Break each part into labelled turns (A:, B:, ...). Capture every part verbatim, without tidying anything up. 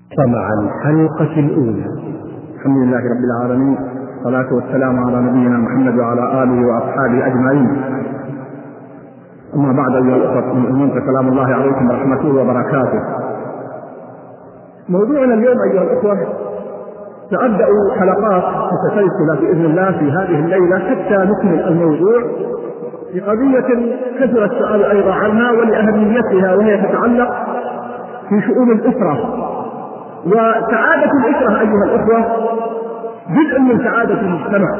A: مع الحلقة الأولى.
B: الحمد لله رب العالمين، والصلاة والسلام على نبينا محمد وعلى آله وأصحابه أجمعين. أما بعد، أيها الأخوة المؤمنون، فسلام الله عليكم ورحمته وبركاته. موضوعنا اليوم أيها الأخوة، سأبدأ حلقات متسلسلة بإذن الله في هذه الليلة حتى نكمل الموضوع بقضية كثر السؤال أيضا عنها ولأهميتها، وهي تتعلق في شؤون الأسرة. وسعادة الأسرة أيها الأخوة جزء من سعادة المجتمع،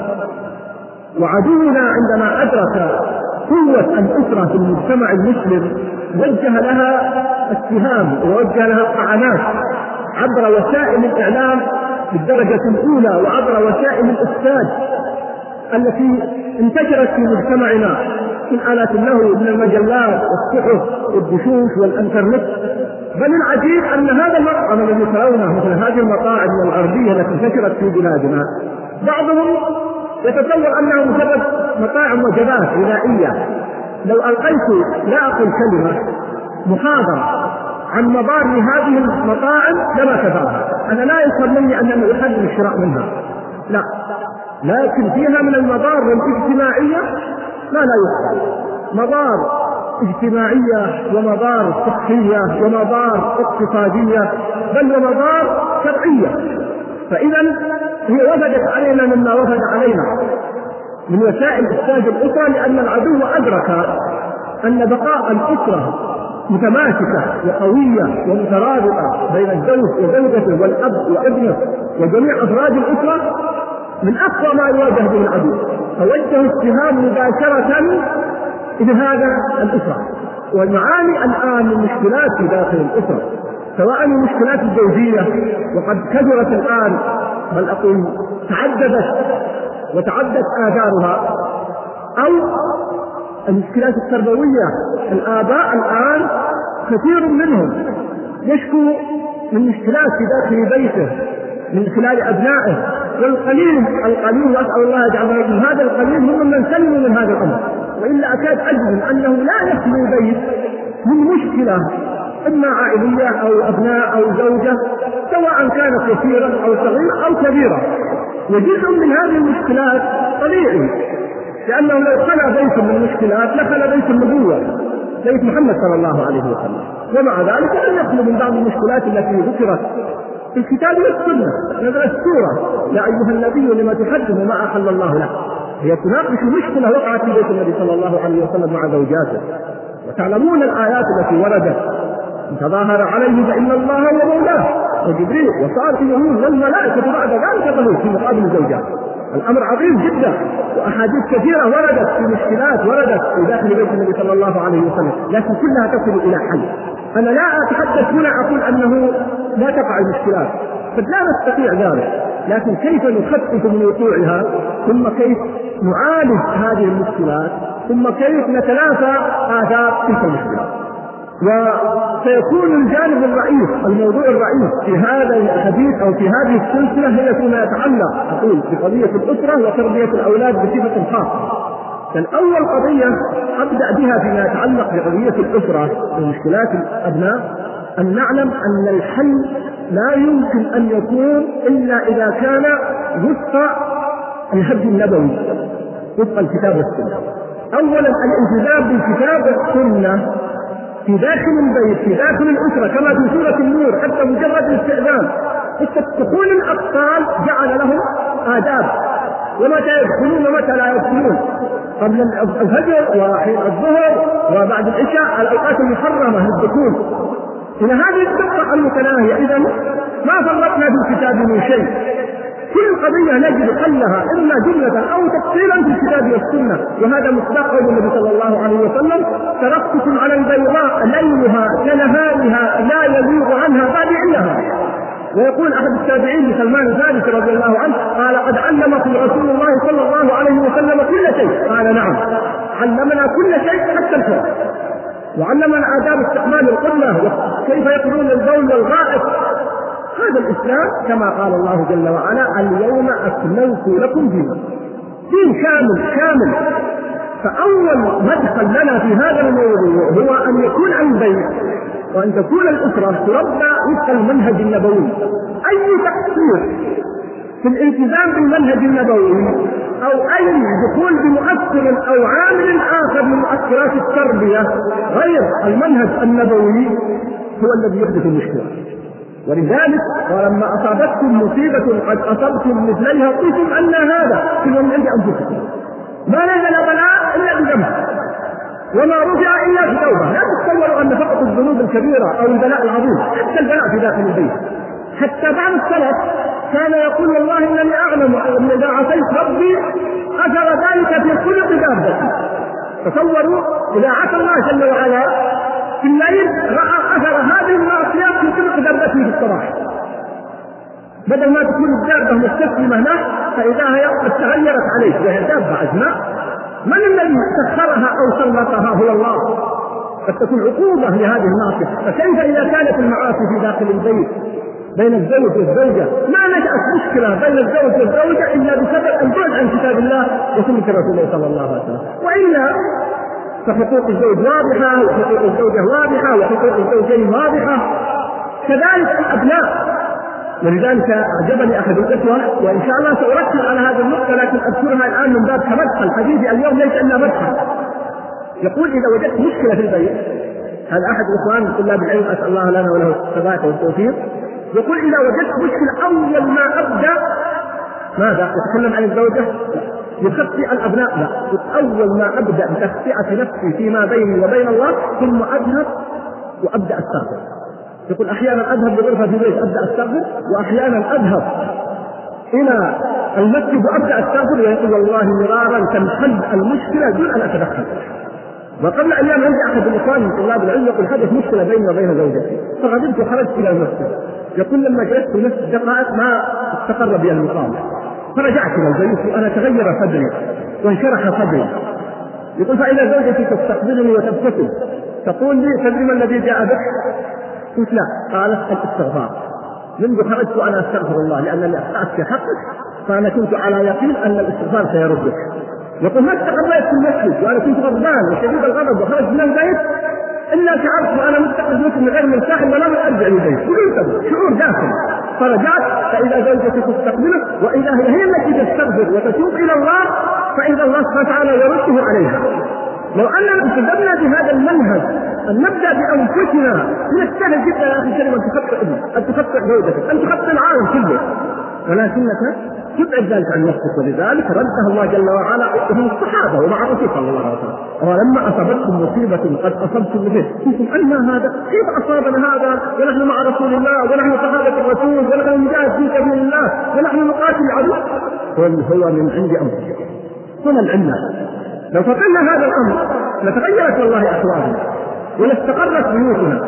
B: وعدونا عندما أدرك قوة الأسرة في المجتمع المسلم وجه لها اتهام ووجه لها طعنات عبر وسائل الإعلام بالدرجة الأولى وعبر وسائل الإفساد التي انتشرت في مجتمعنا من آلات النهو من المجلات والصحف والدشوش والإنترنت. بل العجيب أن هذا المطعم الذي ترونه مثل هذه المطاعم الغربية التي انتشرت في بلادنا، بعضهم يتصور أنها مجرد مطاعم وجبات غذائية. لو ألقيت لا أقول كلمة محاضرة عن مضار هذه المطاعم لما كفاها. أنا لا يصل مني أنني أحرم الشراء منها، لا، لكن فيها من المضار الاجتماعية ما لا يصل. مضار اجتماعية ومضار صحية ومضار اقتصادية، بل ومضار شرعية. فإذا هي وفدت علينا مما وفد علينا من وسائل إفساد الأسرة، لأن العدو أدرك أن بقاء الأسرة متماسكة وقوية ومترابطة بين الزوج وزوجته والأب وابنه وجميع أفراد الأسرة من أقوى ما يواجه به العدو، فوجه اتهام مباشرة إلى هذا الأسرة. والمعاني الآن من مشكلات في داخل الأسرة، سواء المشكلات الزوجية وقد كثرت الآن، بل أقول تعددت وتعدت آثارها، أو المشكلات التربوية. الآباء الآن كثير منهم يشكو من مشكلات في داخل بيته من خلال أبنائه، والقليل القليل وأسأل الله يجعلنا من هذا القليل هم من سلموا من هذا الأمر. وإلا أكاد أجزم أنه لا يخلو بيت من مشكلة إما عائلية أو أبناء أو زوجة، سواء كانت كثيرة أو صغيرة أو كبيرة. وجزء من هذه المشكلات طبيعي، لأنه لو خلا بيت من المشكلات لخلا بيت النبوة، بيت محمد صلى الله عليه وسلم. ومع ذلك لم يخلو من بعض المشكلات التي ذكرت في الكتاب والسنة. نزلت السورة: يا أيها النبي لما تحرم ما أحل الله لك. هي تناقش مشكلة وقعت في بيت النبي صلى الله عليه وسلم مع زوجاته. وتعلمون الآيات التي وردت: إن تظاهر عليه فإن الله هو مولاه وجبريل وصالح المؤمنين والملائكة بعد ذلك ظهور في مقابل الزوجات. الأمر عظيم جدا، وأحاديث كثيرة وردت في مشكلات وردت في داخل بيت النبي صلى الله عليه وسلم، لكن كلها تصل إلى حل. أنا لا أتحدث هنا أقول أنه لا تقع المشكلات، قد لا نستطيع ذلك، لكن كيف نخفف من وقوعها، ثم كيف نعالج هذه المشكلات، ثم كيف نتلافى آثار تلك المشكلات. وسيكون الجانب الرئيس، الموضوع الرئيس في هذا الحديث أو في هذه السلسلة هي فيما يتعلق أقول بقضية الأسرة وتربية الأولاد بصفة خاصة. فالأول قضية أبدأ بها فيما يتعلق بقضية الأسرة ومشكلات الأبناء، أن نعلم أن الحل لا يمكن أن يكون إلا إذا كان وفق الهدي النبوي، وفق الكتاب والسنة. أولا الالتزام بالكتاب والسنة في داخل البيت، في داخل الأسرة، كما في سورة النور. حتى مجرد الاستئذان، دخول الأطفال جعل لهم آداب، ومتى يدخلون ومتى لا يدخلون، قبل الفجر وحين الظهر وبعد العشاء، الأوقات المحرمة للدخول، إلى هذه الدقة المتناهية. إذا ما فرطنا في الكتاب من شيء. كل قضية نجد حلها إما جملة أو تفصيلا في الكتاب والسنة، وهذا مصداق قول النبي صلى الله عليه وسلم: تركتكم على البيضاء ليلها كنهارها لا يزيغ عنها تابعيها. ويقول أحد التابعين سلمان الفارسي رضي الله عنه قال: قد علمكم رسول الله صلى الله عليه وسلم كل شيء. قال: نعم، علمنا كل شيء حتى الفرق، وعلمنا آداب استعمال القبلة وكيف يقولون البول والغائط. هذا الإسلام كما قال الله جل وعلا: اليوم أكملت لكم دينكم. دين كامل كامل. فأول مدخل لنا في هذا الموضوع هو أن يكون البيت وأن تكون الأسرة تربى وفق المنهج النبوي. أي تقصير في الالتزام بالمنهج النبوي أو أي دخول بمؤثر أو عامل آخر من مؤثرات التربية غير المنهج النبوي هو الذي يحدث المشكلة. ولذلك ولما أصابتكم مصيبة قد أصبتم مثليها قلتم أن هذا كل من عند أنفسكم ما نزل بلاء إلا بذنب وما رجع إلا بتوبة. لا تتصوروا أن فقط الذنوب الكبيرة أو البلاء العظيم، حتى البلاء في داخل البيت. حتى بعض السلف كان يقول والله إنني أعلم أن إذا عصيت ربي أثر ذلك في خلق دابتي. تصوروا إذا عصى الله جل وعلا في الليل رأى أثر هذه المعصية في خلق دابته في الصباح، بدل ما تكون الدابة مستسلمة له فإذا هي قد تغيرت عليه وهي دابة أجماء. من الذي سخرها أو سلطها؟ هو الله. قد تكون عقوبة لهذه المعصية. فكيف إذا كانت المعاصي في داخل البيت بين الزوج والزوجة؟ ما نشأت مشكلة بين الزوج والزوجة إلا بسبب البعد عن كتاب الله وسنة رسول الله صلى الله عليه وسلم. وإلا فحقوق الزوج واضحة وحقوق الزوجة واضحة وحقوق الزوجين واضحة، كذلك الأبناء. ولذلك أعجبني أحد الإخوة، وإن شاء الله سأركز على هذه النقطة لكن أذكرها الآن من باب كمدخل. حديثي اليوم ليس إلا مدخل. يقول إذا وجدت مشكلة في البيت، هذا أحد إخوان طلاب العلم أسأل الله لنا وله الثبات والتوفيق، يقول إذا وجدت مشكلة أول ما أبدأ ماذا؟ يتكلم عن الزوجة؟ يخطئ الأبناء؟ لا، أول ما أبدأ بتخطئة نفسي فيما بيني وبين الله ثم أذهب وأبدأ أستغفر. يقول أحيانا أذهب لغرفة في البيت أبدأ أستغفر، وأحيانا أذهب إلى المسجد وأبدأ أستغفر، ويقول والله مرارا تنحل المشكلة دون أن أتدخل. وقبل أيام عندي أحد الإخوان من طلاب العلم يقول حدث مشكلة بيني وبين زوجتي فغضبت وخرجت إلى المسجد. يقول لما جلست نفس دقائق ما استقر بي المقام، فرجعت إلى البيت وأنا تغير صدري وانشرح صدري. يقول فإذا زوجتي تستقبلني وتبتسم تقول لي تدري ما الذي جاء بك؟ قلت لا. قالت الاستغفار. منذ خرجت وأنا أستغفر الله لأنني أخطأت في حقك، فأنا كنت على يقين أن الاستغفار سيردك. يقول ما استقبلت في المسجد وأنا كنت غضبان وشديد الغضب وخرجت من البيت إلا شعرت وأنا مستقبل مسلم غير مرتاح ولا أرجع للبيت، وانتبه شعور داخلي. فرجعت فإذا زوجتي تستقبله وإذا هي هي التي تستغفر وتتوب إلى الله فإذا الله سبحانه وتعالى يرده عليها. لو أننا التزمنا بهذا المنهج أن نبدأ بأنفسنا، من السهل جدا يا أخي الكريم أن تخطئ ابنك، أن تخطئ زوجتك، أن تخطئ العالم كله، ولكنك تبعد ذلك عن نفسك. ولذلك ردها الله جل وعلا من الصحابة ومع الرسول صلى الله عليه وسلم. ولما أصابتكم مصيبة قد أصبتم مثله قلتم أن هذا كيف أصابنا هذا ونحن مع رسول الله ونحن صحابة الرسول ونحن نجاهد في سبيل الله ونحن نقاتل العدو. قل هو من عند أنفسكم. هنا العلة. لو فقدنا هذا الأمر لتغيرت والله أحوالنا ولاستقرت بيوتنا.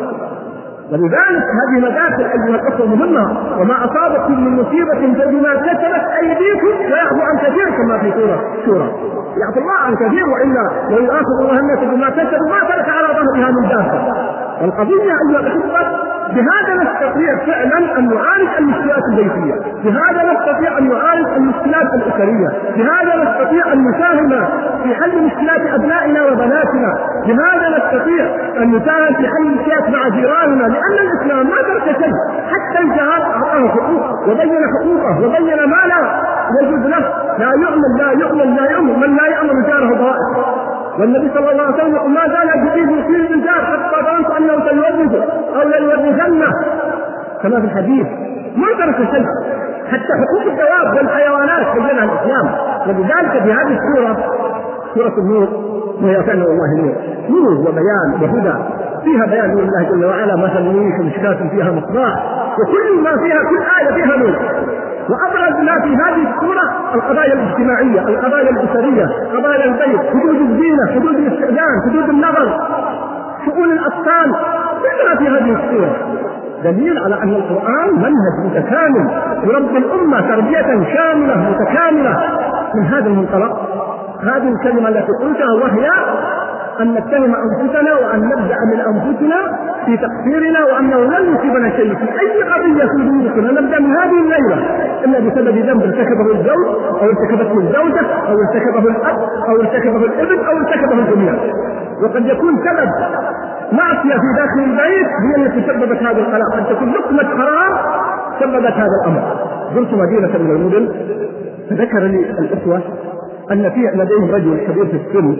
B: ولذلك هذه مداخل أيها الأخوة مهمة. وما أصابكم من مصيبة فبما كسبت أيديكم ويعفو عن كثير كما في سورة شورى. يعفو الله عن كثير، وإلا لو يؤاخذ الله الناس بما كسبوا ما ترك على ظهرها من دابة. والقضية أيها الأخوة بهذا نستطيع فعلا أن نعالج المشكلات البيتية، بهذا نستطيع أن نعالج المشكلات الأسرية، بهذا نستطيع أن نساهم في حل مشكلات أبنائنا وبناتنا، بهذا نستطيع أن نساهم في حل مشكلات مع جيراننا. لأن الإسلام ما ترك شيء، حتى الجهاد أعطاه حقوق وبين حقوقه وبين ما لا يجوز له. لا يؤمن لا يؤمن لا يؤمن من لا يأمن جاره ضائع. والنبي صلى الله عليه وسلم يقول ما زال يجيب يصير الجار حتى ظننت أنه سيورثه أو ليورثنه كما في الحديث. ما ترك شيء، حتى حقوق الدواب والحيوانات بينها الإسلام. ولذلك في هذه السورة سورة النور وهي فعلا والله نور نور وبيان وهدى، فيها بيان من الله جل وعلا مثل نور ومشكاة فيها مصباح، وكل ما فيها كل آية فيها نور. وأبرز ما في هذه السورة القضايا الاجتماعية، القضايا الأسرية، قضايا البيت، حدود الزينة، حدود الاستئذان، حدود النظر، شؤون الأطفال، كلها في هذه السورة. دليل على أن القرآن منهج متكامل يربي الأمة تربية شاملة متكاملة. من هذا المنطلق هذه الكلمة التي قلتها وهي أن نتهم أنفسنا وأن نبدأ من أنفسنا في تقصيرنا وأنه لن يصيبنا شيء في أي قضية في بيوتنا نبدأ من هذه الليلة إلا بسبب ذنب ارتكبه الزوج أو ارتكبته الزوجة أو ارتكبه الأب أو ارتكبه الابن أو ارتكبه الجميع. وقد يكون سبب معصية في داخل البيت هي التي سببت هذا الخلاء، قد تكون لقمة حرام سببت هذا الأمر. زرت مدينة من المدن فذكر لي الإخوة أن في لديهم رجل كبير في السن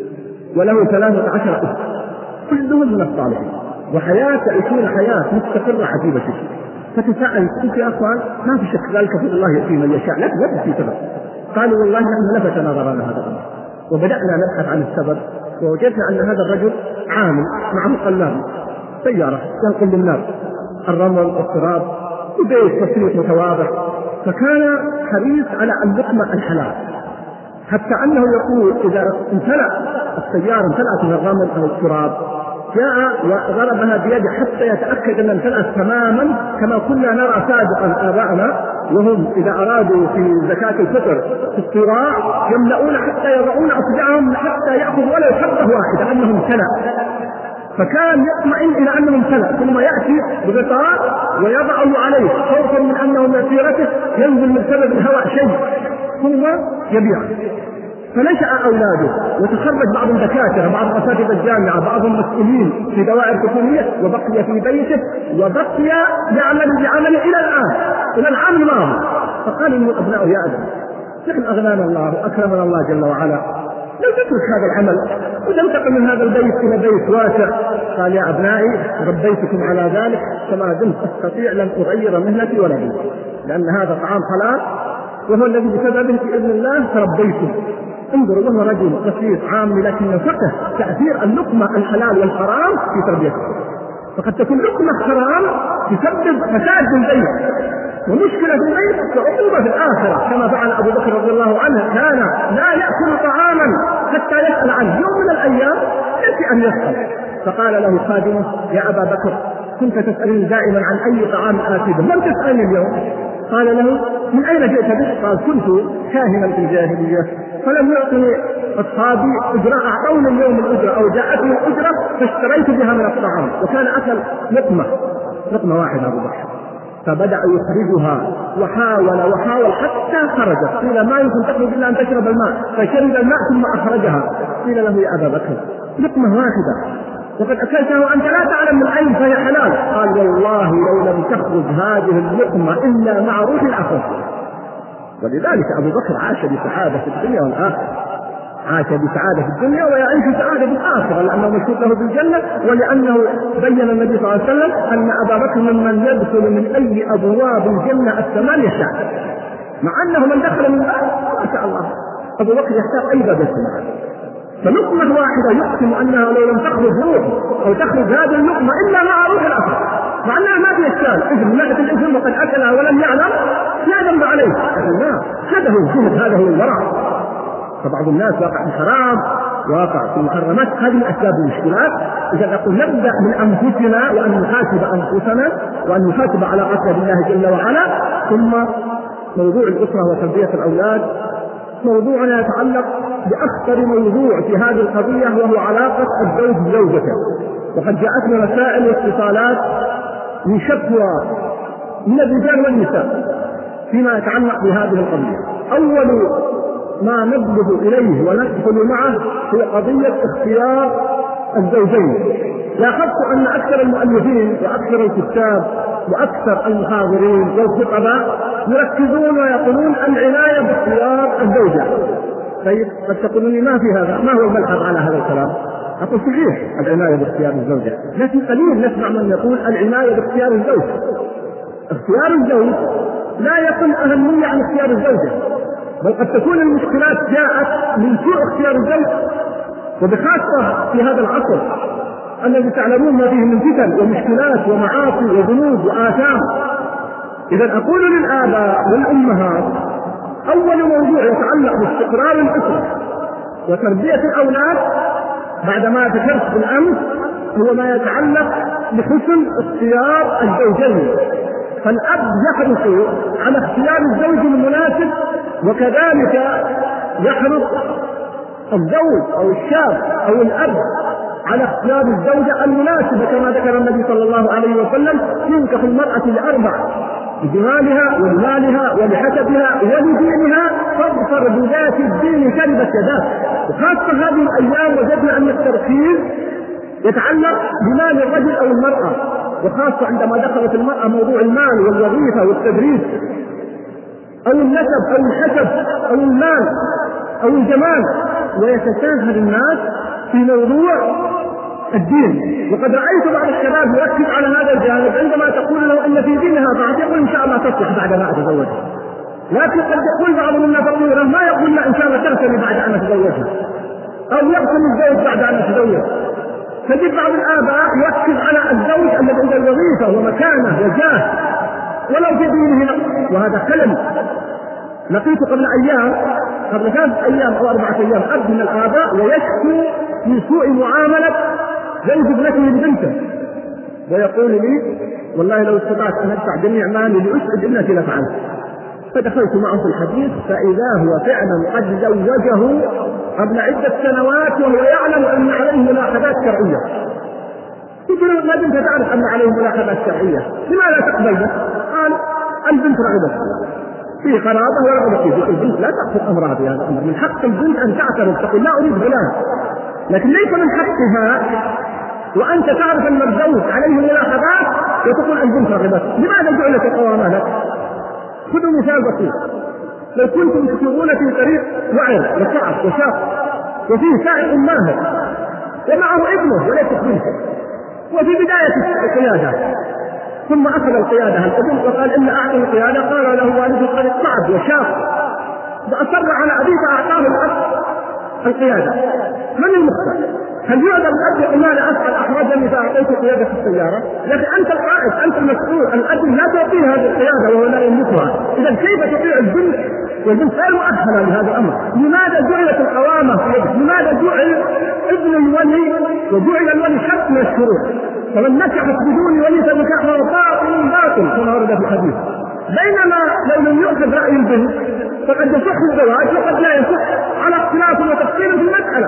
B: وله ثلاثة عشر أخت كلهم من الصالحين وحياة يكون حياة مستقرة عجيبة جدا. فتساءل قلت يا أخوان ما في شك ذلك فضل الله يأتي من يشاء، لا تبدأ في سبب. قالوا والله نحن لفت نظرنا هذا الأمر وبدأنا نبحث عن السبب ووجدنا أن هذا الرجل عامل معه قلاب سيارة ينقل للناس الرمل والتراب وبيت بسيط متواضع، فكان حريص على اللقمة الحلال حتى أنه يقول إذا امتلأ السيارة امتلأت من الرمل أو التراب جاء وضربها بيده حتى يتأكد أن امتلأت تماما، كما كنا نرى سابقا آباءنا وهم إذا أرادوا في زكاة الفطر في الصراع يملؤون حتى يضعون أصبعهم حتى يأخذ ولو حبة واحدة أنه امتلأ، فكان يطمئن إلى أنه امتلأ ثم يأتي بغطاء ويضعه عليه خوفا من أنه من سيرته ينزل من سبب الهواء شيء ثم يبيعه. فنشأ أولاده وتخرج بعض الدكاترة بعض أساتذة الجامعة بعضهم مسؤولين في دوائر حكومية وبقي في بيته وبقي يعمل بعمله إلى الآن إلى العام الماضي. فقال له أبناء يا أبا نحن أغنانا الله وأكرمنا الله جل وعلا لو تترك هذا العمل وتنتقل من هذا البيت إلى بيت واسع. قال يا أبنائي ربيتكم على ذلك فما دمت أستطيع لن أغير مهنتي ولا بيتي، لأن هذا طعام حلال وهو الذي بسببه بإذن الله تربيته. انظروا له رجل بسيط عام لكن فقه تأثير اللقمة الحلال والحرام في تربيته. فقد تكون لقمة حرام تسبب فساد في البيت ومشكلة في البيت وعقوبة في الآخرة، كما فعل أبو بكر رضي الله عنه كان لا يأكل طعاما حتى يسأل عنه، يوم من الأيام يأتي أن يسأل فقال له خادمه يا أبا بكر كنت تسألني دائما عن أي طعام آتيه لم تسألني اليوم. قال له من أين جئت به؟ قال كنت كاهنا في الجاهلية فلم يعطني أصحابي أجرة أعطوني اليوم الأجرة أو جاءتني الأجرة فاشتريت بها من الطعام، وكان أكل لقمة لقمة واحدة أبو بكر فبدأ يخرجها وحاول وحاول حتى خرجت. قيل ما يمكن تخرج إلا أن تشرب الماء فشرب الماء ثم أخرجها. قيل له يا أبا بكر لقمة واحدة وقد أكلتها وأنت لا تعلم من أين فهي حلال. قال والله لو لم تخرج هذه اللقمة إلا مع روح الآخرة. ولذلك أبو بكر عاش بسعادة في الدنيا والآخرة، عاش بسعادة في الدنيا ويعيش سعادة في الآخرة لأنه مشهود له بالجنة، ولأنه بين النبي صلى الله عليه وسلم أن أبا بكر ممن يدخل من أي أبواب الجنة الثمانية شاء، مع أنه من دخل من باب ما شاء الله أبو بكر يحتاج أي باب يسمع. فلقمة واحدة يحكم أنها لو لم تخرج روح أو تخرج هذه اللقمة إلا مع روح الآخرة، مع أنها ما في إشكال إذن نأتي الإثم وقد أكلها ولم يعلم لا ذنب عليه. هذا هو الجهد هذا هو الورع. فبعض الناس واقع في الحرام واقع في المحرمات، هذه الأسباب المشكلات. إذا نقول نبدأ من أنفسنا وأن نحاسب أنفسنا وأن نحاسب علاقتنا بالله جل وعلا. ثم موضوع الأسرة وتربية الأولاد موضوعنا يتعلق بأخطر موضوع في هذه القضية وهو علاقة الزوج بزوجته. وقد جاءتنا رسائل واتصالات من شكوى من الرجال والنساء فيما يتعلق بهذه القضية. أول ما نبلغ إليه وندخل معه هي قضية اختيار الزوجين. لاحظت أن أكثر المؤلفين وأكثر الكتاب وأكثر المحاضرين والخطباء يركزون ويقولون العناية باختيار الزوجة. طيب قد تقولون ما في هذا، ما هو الملحظ على هذا الكلام؟ أقول صحيح العناية باختيار الزوجة، لكن قليل نسمع من يقول العناية باختيار الزوج. اختيار الزوج لا يقل أهمية عن اختيار الزوجة، بل قد تكون المشكلات جاءت من سوء اختيار الزوج، وبخاصة في هذا العصر الذي تعلمون ما فيه من فتن ومشكلات ومعاصي وذنوب وآثام. إذا أقول للآباء والأمهات أول موضوع يتعلق باستقرار الأسرة وتربية الأولاد بعدما ذكرت بالأمس هو ما يتعلق بحسن اختيار الزوجين. فالأب يحرص على اختيار الزوج المناسب، وكذلك يحرص الزوج أو الشاب أو الأب على اختيار الزوجة المناسبة، كما ذكر النبي صلى الله عليه وسلم تنكح المرأة لأربع: لجمالها ولمالها ولحسبها ولدينها، فاظفر بذات الدين تربت يداك. وخاصة هذه الأيام وجدنا أن التركيز يتعلق بمال الرجل أو المرأة، وخاصة عندما دخلت المرأة موضوع المال والوظيفة والتدريس أو النسب أو الحسب أو المال أو الجمال، ويتساهل الناس في موضوع الدين. وقد رأيت بعض الشباب يركز على هذا الجانب عندما تقول له أن في دينها ضعف يقول إن شاء الله تصلح بعد ما أتزوجها، لكن قد يقول بعض منا فقيرا ما يقول لا إن شاء الله تغتني بعد أن أتزوجها أو يغتني الزوج بعد أن أتزوج. تجد بعض الآباء يركز على الزوج الذي عنده الوظيفة ومكانه وجاه ولو في دينه نقص، وهذا خلل. لقيت قبل أيام قبل ثلاث أيام أو أربعة أيام أب من الآباء ويشكو من سوء معاملة زوج ابنته لبنته، ويقول لي والله لو استطعت أن أدفع جميع مالي لأسعد ابنتي لفعلت. فدخلت معه في الحديث فإذا هو فعلا قد زوجه قبل عدة سنوات وهو يعلم أن عليه ملاحظات شرعية. قلت له ما دمت تعرف أن عليه ملاحظات شرعية لماذا تقبله؟ قال البنت رغبت في قرابة ورغبت في البنت لا تأخذ أمرها في هذا الأمر، من حق البنت أن تعترف تقول لا أريد فلان، لكن ليس من حقها وأنت تعرف أن الزوج عليه ملاحظات وتقول البنت رغبت. لماذا جعلت القوامة لك؟ خذوا مثال بسيط، لو كنتم تسيرون في طريق وعر وصعب وشاق وفيه سائق ماهر ومعه ابنه وليس بنته وفي بداية القيادة، ثم أخذ القيادة الابن وقال إن أعطي القيادة، قال له والده الطريق صعب وشاق وأصر على أبيه فأعطاه الأب القيادة، من المختار؟ هل يعذر الأب يقول لا أفعل أحرجني فأعطيت قيادة السيارة؟ لكن أنت القائد أنت المسؤول، الأب لا تعطيه هذه القيادة وهو لا يملكها، إذا كيف تطيع البنت والبنت غير مؤهلة لهذا الأمر؟ لماذا جعلت القوامة في يده؟ لماذا جعل ابن الولي وجعل الولي شرط من الشروط؟ فمن نكحت بدون ولي فنكاحها باطل باطل كما ورد في الحديث. بينما لو لم يؤخذ رأي البنت فقد يصح الزواج وقد لا يصح على اختلاف وتفصيل في المسألة،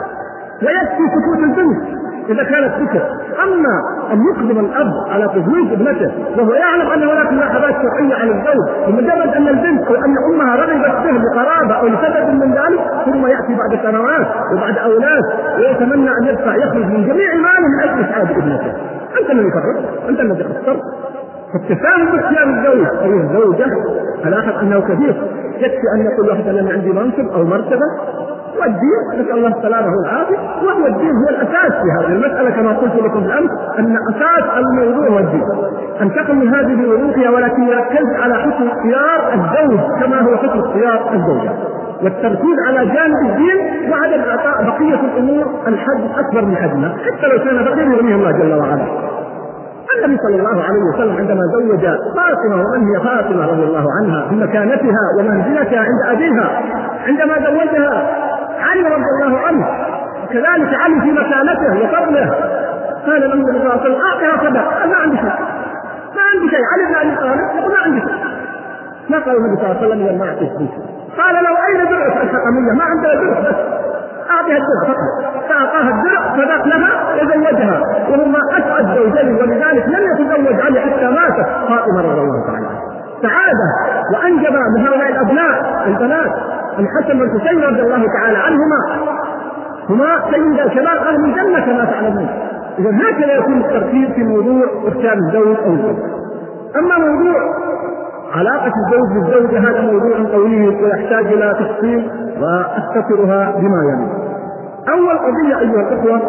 B: ويكفي سكوت البنت إذا كانت بكر. أما أن يقدم الأب على تزويج ابنته وهو يعلم أن هناك ملاحظات شرعية على الزوج بمجرد أن البنت أو أن أمها رغبت به لقرابة أو لسبب من ذلك، ثم يأتي بعد سنوات وبعد أولاد ويتمنى أن يدفع يخرج من جميع ماله من أجل إسعاد ابنته، أنت الذي قررت، أنت الذي اخترت. فالتفاهم باختيار الزوج أو الزوجة الآخر أنه كثير، يكفي أن يقول واحد أنا عندي منصب أو مرتبة، والدين نسأل الله السلامة والعافية، وهو الدين هو الأساس في هذه المسألة كما قلت لكم بالأمس أن أساس الموضوع هو الدين. أنتقل من هذه بوضوحها ولكن يركز على حسن اختيار الزوج كما هو حسن اختيار الزوجة، والتركيز على جانب الدين وعدم إعطاء بقية الأمور الحد أكبر من حجمها حتى لو كان بقية يغنيه الله جل وعلا. النبي صلى الله عليه وسلم عندما زوج فاطمة ومن هي فاطمة رضي الله عنها بمكانتها ومنزلتها عند أبيها، عندما زوجها علي رضي الله عنه وكذلك علي في مكانته وفضله، قال له النبي صلى الله عليه وسلم أعطها صدق، ما عندي شيء ما عندي شيء علي بن أبي طالب يقول ما عندي شيء. ما قال النبي صلى الله عليه وسلم ما أعطيك شيء، قال له أين درع الحقمية؟ ما عندها درع بس أعطيها الدرع فقط، فأعطاها الدرع صدق لها وزوجها وهما أسعد زوجين، ولذلك لم يتزوج علي حتى ماتت فاطمة رضي الله تعالى سعادة، وأنجب من هؤلاء الأبناء البنات الحسن والحسين رضي الله تعالى عنهما، هما سيدا شباب أهل الجنة كما تعلمون. إذا هكذا يكون التركيز في موضوع اختيار الزوج أو الزوجة. أما موضوع علاقة الزوج بالزوجة هذا موضوع طويل ويحتاج إلى تفصيل وأختصرها بما يلي. أول قضية أيها الأخوة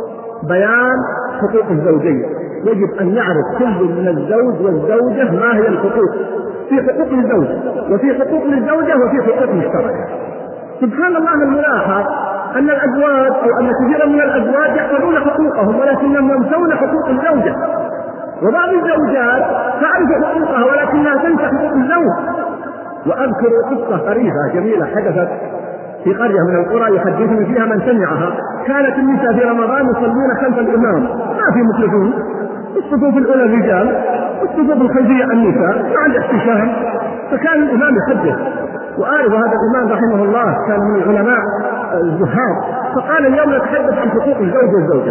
B: بيان حقوق الزوجين. يجب أن يعرف كل من الزوج والزوجة ما هي الحقوق، في حقوق للزوج وفي حقوق للزوجة وفي حقوق مشتركة. سبحان الله الملاحظ أن الأزواج أو أن كثيرا من الأزواج يحفظون حقوقهم ولكنهم ينسون حقوق الزوجة، وبعض الزوجات تعرف حقوقها ولكنها تنسى حقوق الزوج. وأذكر قصة طريفة جميلة حدثت في قرية من القرى يحدثني فيها من سمعها. كانت النساء في رمضان يصلون خلف الإمام، ما في مخلفون، الصفوف الأولى الرجال والصفوف الخلفية النساء مع الاحتشام، فكان الإمام يحدث. وأعرف هذا الإمام رحمه الله كان من العلماء الزهاد، فقال اليوم نتحدث عن حقوق الزوج والزوجة،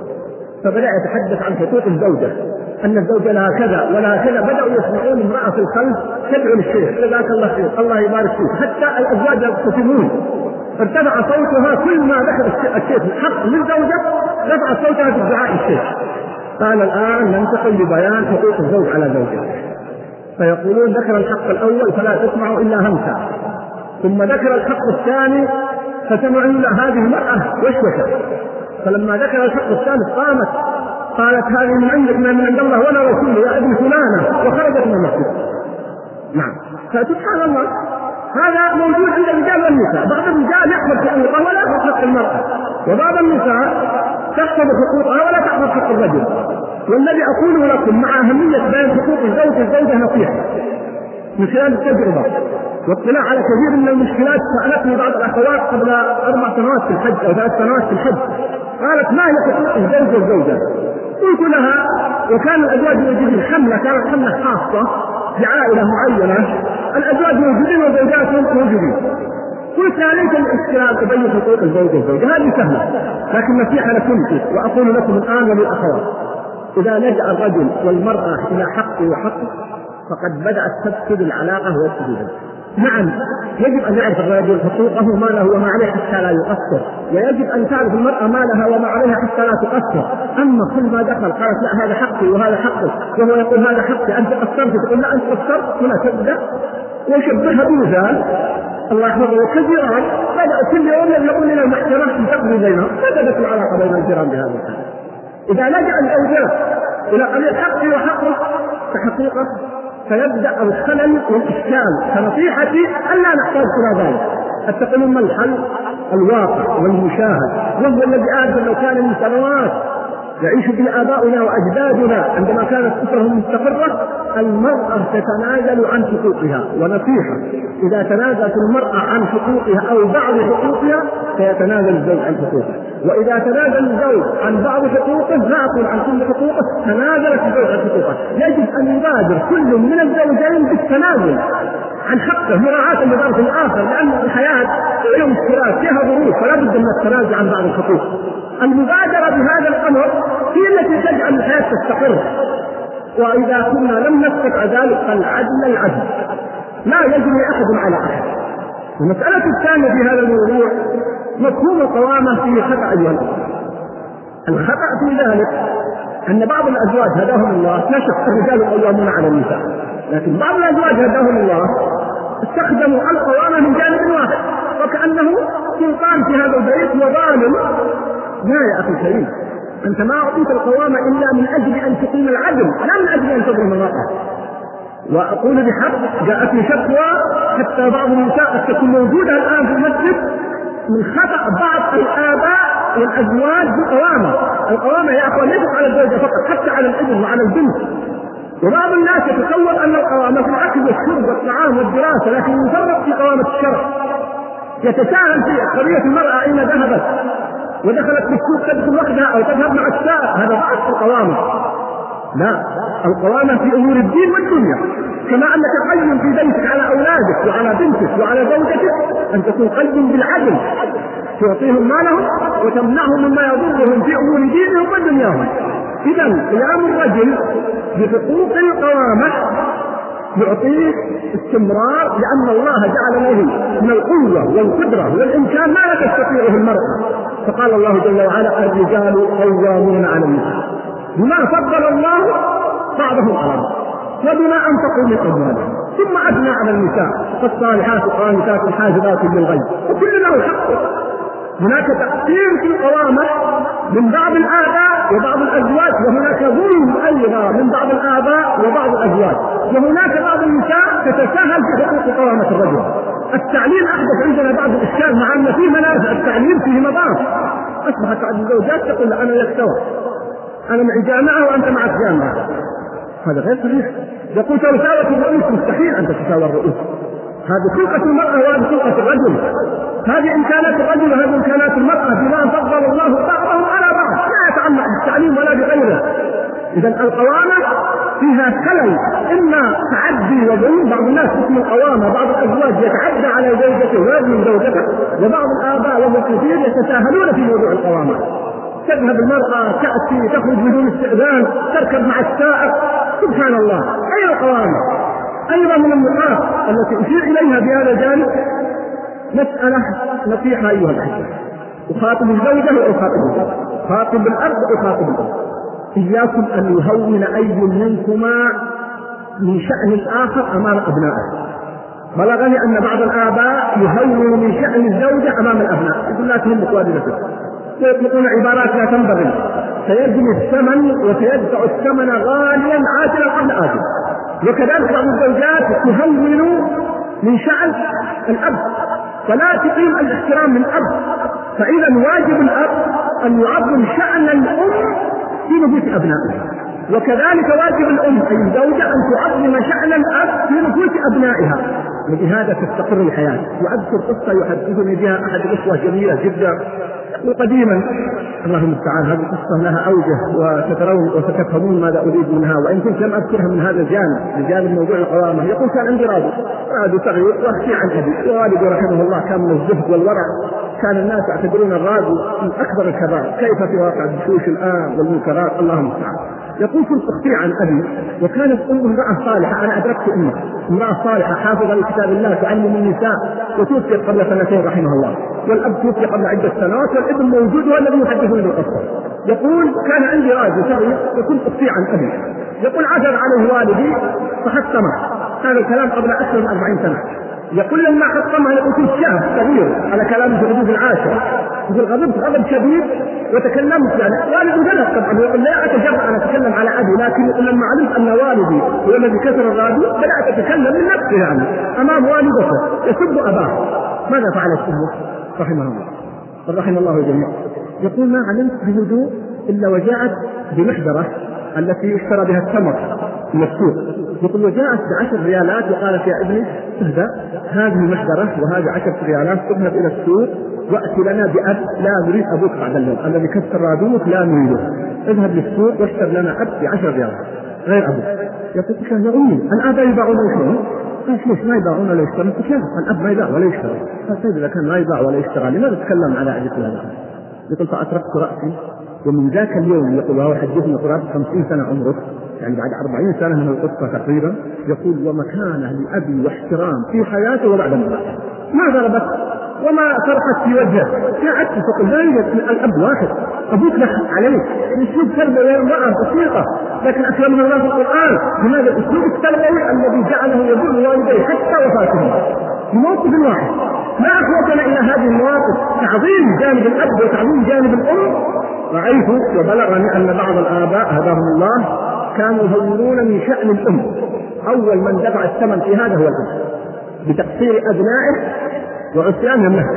B: فبدأ يتحدث عن حقوق الزوجة أن الزوجة لها كذا ولها كذا. بدأوا يسمعون امرأة في الخلف تدعو للشيخ جزاك الله خير الله يبارك فيك، حتى الأزواج يبتسمون ارتفع صوتها كل ما ذكر الشيخ الحق للزوجة رفع صوتها في دعاء الشيخ. قال الآن ننتقل لبيان حقوق الزوج على زوجته، فيقولون ذكر الحق الأول فلا تسمعوا إلا همسا، ثم ذكر الحق الثاني فسمعوا إلا هذه المرأة وشوشة، فلما ذكر الحق الثالث قامت قالت هذه من عندك من عند الله ولا رسوله يا ابن فلانة، وخرجت من المسجد. نعم، فسبحان الله هذا موجود عند الرجال والنساء. بعض الرجال يحفظ حقوقه ولا يحفظ حق المرأة، وبعض النساء تحفظ حقوقها ولا تحفظ حق الرجل. والذي أقوله لكم مع أهمية بين حقوق الزوج والزوجة نصيحة من خلال التجربة واطلاع على كثير من المشكلات. سألتني بعض الأخوات قبل أربع سنوات في الحج أو ثلاث سنوات في الحج، قالت ما هي حقوق الزوج والزوجة؟ قلت لها وكان الأزواج موجودين، حملة كانت حملة خاصة لعائلة معينة، الأزواج موجودين والزوجات موجودين. قلت لها ليس الاشتراك بين حقوق الزوج والزوجة، هذه سهلة، لكن نصيحة لكم وأقول لكم الآن وللأخوات: إذا لجأ الرجل والمرأة إلى حقه وحقه فقد بدأت تفسد العلاقة وتفسدها. نعم، يجب أن يعرف الرجل حقوقه ما له وما عليه حتى لا يقصر، ويجب أن تعرف المرأة ما لها وما عليها حتى لا تقصر. أما كل ما دخل قالت لا هذا حقي وهذا حقي، وهو يقول هذا حقي أنت قصرت، تقول لا أنت قصرت، هنا تبدأ وشبهها بمثال الله يحفظه كثيرا بدأ كل يوم يقول إلى المحكمة تقضي بينهم، فبدت العلاقة بين الجيران بهذا الحال. إذا لجأ الزوجات إلى قضية حقي وحقه كحقيقة فيبدأ الخلل والإشكال. فنصيحتي ألا نحتاج إلى ذلك. أتقولون ما الحل؟ الواقع والمشاهد، وهو الذي آدم لو كان من سنوات يعيش به آباؤنا وأجدادنا عندما كانت أسرهم مستقرة. المرأة تتنازل عن حقوقها، ونصيحة: إذا تنازلت المرأة عن حقوقها أو بعض حقوقها فيتنازل الزوج عن حقوقه، وإذا تنازل الزوج عن بعض حقوقه لا أقول عن كل حقوقه تنازلت الزوج عن حقوقه. يجب أن يبادر كل من الزوجين بالتنازل عن حقه مراعاة لظرف الآخر، لأن الحياة فيها مشكلات فيها ظروف فلا بد من التنازل عن بعض الحقوق. المبادرة بهذا الأمر هي التي تجعل الحياة تستقر. وإذا كنا لم نستطع ذلك فالعدل العدل، لا يجري أحد على أحد. المسألة الثانية في هذا الموضوع مفهوم القوامة فيه خطأ أيضا. الخطأ في ذلك أن بعض الأزواج هداهم الله، لا شك الرجال قوامون على النساء، لكن بعض الأزواج هداهم الله استخدموا القوامة من جانب واحد وكأنه سلطان في هذا البيت وظالم. لا يا أخي الكريم، أنت ما أعطيت القوامة إلا من أجل أن تقيم العدل، لا من أجل أن تظلم المرأة. وأقول بحق جاءتني شكوى حتى بعض النساء قد تكون موجودة الآن في المسجد من خطأ بعض الآباء والأزواج بالقوامة. القوامة يا أخوان ليست على الزوجة فقط، حتى على الابن وعلى البنت. وبعض الناس يتصور أن القوامة في الأكل والشرب والطعام والدراسة، لكن يفرق في قوامة الشرع. يتساهل في قضية المرأة أين ذهبت ودخلت في السوق تدخل وحدها أو تذهب مع السائق، هذا ضعف القوامة. لا، القوامة في أمور الدين والدنيا، كما أنك قيم في بيتك على أولادك وعلى بنتك وعلى زوجتك أن تكون قيم بالعدل، تعطيهم مالهم وتمنعهم مما يضرهم في أمور دينهم ودنياهم. إذا قيام الرجل بحقوق القوامة يعطيه استمرار، لأن الله جعل له من القوة والقدرة والإمكان ما لا تستطيعه المرأة. فقال الله جل وعلا: الرجال قوامون على النساء بما فضل الله بعضهم على بعض وبما أنفقوا من أموالهم، ثم أثنى على النساء: فالصالحات قانتات حافظات للغيب وكل له حقه. هناك تقسيم في القوامة من بعض الآباء وبعض الأزواج، وهناك ظلم أيضا من بعض الآباء وبعض الأزواج، وهناك بعض النساء تتساهل في حقوق قوامة الرجل. التعليم أحدث عندنا بعض الإشكال، مع أن في منافع التعليم فيه مضار. أصبحت بعض الزوجات تقول: أنا يكتوى، أنا معي جامعة وأنت معك جامعة. هذا غير صحيح. يقول: تساوى الرؤوس، مستحيل أن تتساوى الرؤوس. هذه خلقة المرأة وهذه خلقة الرجل، هذه إمكانات الرجل وهذه إمكانات المرأة، بما فضل الله بعضهم على بعض، لا يتعلق بالتعليم ولا بغيره. إذا القوامة فيها خلل، إما تعدي وظلم. بعض الناس اسم القوامة، بعض الأزواج يتعدى على زوجته ويظلم زوجته، وبعض الآباء وهم كثير يتساهلون في موضوع القوامة. تذهب المرأة تأتي تخرج بدون استئذان، تركب مع السائق، سبحان الله. أين القوامة؟ أيضا من النقاط التي أشير إليها بهذا الجانب مسألة نصيحة أيها الأحبة، أخاطب الزوجة وأخاطب الزوج، خاطب الأب وأخاطب الأم، إياكم أن يهون أي منكما من شأن الآخر أمام أبنائه. بلغني أن بعض الآباء يهون من شأن الزوجة أمام الأبناء، يقول لا تهمك والدتك، ويطلقون عبارات لا تنبغي، سيجني الثمن وسيدفع الثمن غاليا عاجلا قبل آجل. وكذلك بعض الزوجات تهون من شأن الأب، فلا تقيم الاحترام من الأب. فإذا واجب الأب أن يعظم شأن الأم في نفوس أبنائها، وكذلك واجب الأم أي الزوجة أن تعظم شأن الأب في نفوس أبنائها، وبهذا تستقر الحياة. وأذكر قصة يحدثني بها أحد الأخوة جميلة جدا وقديما، الله المستعان، هذه القصة لها أوجه وسترون وستفهمون ماذا أريد منها، وإن كنت لم أذكرها من هذا الجانب بجانب موضوع القوامة. يقول كان عندي راجل راجل صغير واحكي عن أبي، ووالدي رحمه الله كان من الزهد والورع، كان الناس يعتبرون الراجل من أكبر الكبائر، كيف في واقع الدشوش الآن والمنكرات، الله المستعان. يقول كنت أخفي عن أبي، وكانت أم امرأة صالحة، أنا أدركت أمه امرأة صالحة حافظة لكتاب الله تعلم النساء، وتوفيت قبل سنتين رحمه الله، والأب توفي قبل عدة سنوات، والابن موجود والذي يحدثني بالقصة. يقول كان عندي راجل صغير وكنت أخفي عن أبي، يقول عثر عليه والدي فحطمه، هذا الكلام قبل أكثر من أربعين سنة. يقول لما حطمه يقول كنت شاب صغير على كلام في حدود العاشرة، يقول غضبت غضب شديد وتكلمت، يعني والدي غلط طبعا، يقول لا أتجرأ أن أتكلم على أبي، لكن يقول لما علمت أن والدي هو الذي كسر الراديو بدأت أتكلم من نفسي يعني أمام والدته يسب أباه. ماذا فعلت أمه رحمه الله رحم الله الجميع؟ يقول ما علمت بهدوء إلا وجاءت بمحجرة التي اشترى بها التمر من السوق، يقول وجاءت بعشر ريالات وقالت يا ابني اهدأ، هذه محجرة وهذه عشر ريالات، اذهب إلى السوق وأتي لنا بأب، لا نريد أبوك بعد اليوم الذي كسر رادوك لا نريده، اذهب للسوق واشتر لنا أب بعشر ريالات غير أبوك. يقول كان يقول الآباء يباعون ويشترون، ليش ما يباعون ولا يشترون؟ كيف الأب ما يباع ولا يشتري؟ طيب إذا كان ما يباع ولا يشتري لماذا تتكلم على عدة هذا؟ يقول فأتركت رأسي، ومن ذاك اليوم يقول وهو حدثني قرابة خمسين سنة عمره، يعني بعد أربعين سنة من القصة تقريبا، يقول ومكانه لأبي واحترام في حياته وبعد موته، ما ضربت وما صرخت في وجهه، قعدت تقول لا يوجد الأب واحد، أبوك لك عليك أسلوب تربوي امرأة بسيطة، لكن أكرمنا الله في القرآن بهذا الأسلوب التربوي الذي جعله يبر والديه حتى وفاته بموقف واحد. ما أخوتنا إلى هذه المواقف، تعظيم جانب الأب وتعظيم جانب الأم. رأيت وبلغني أن بعض الآباء هداهم الله كانوا يهونون من شأن الأم، أول من دفع الثمن في هذا هو الأب بتقصير أبنائه وعصيانهم له.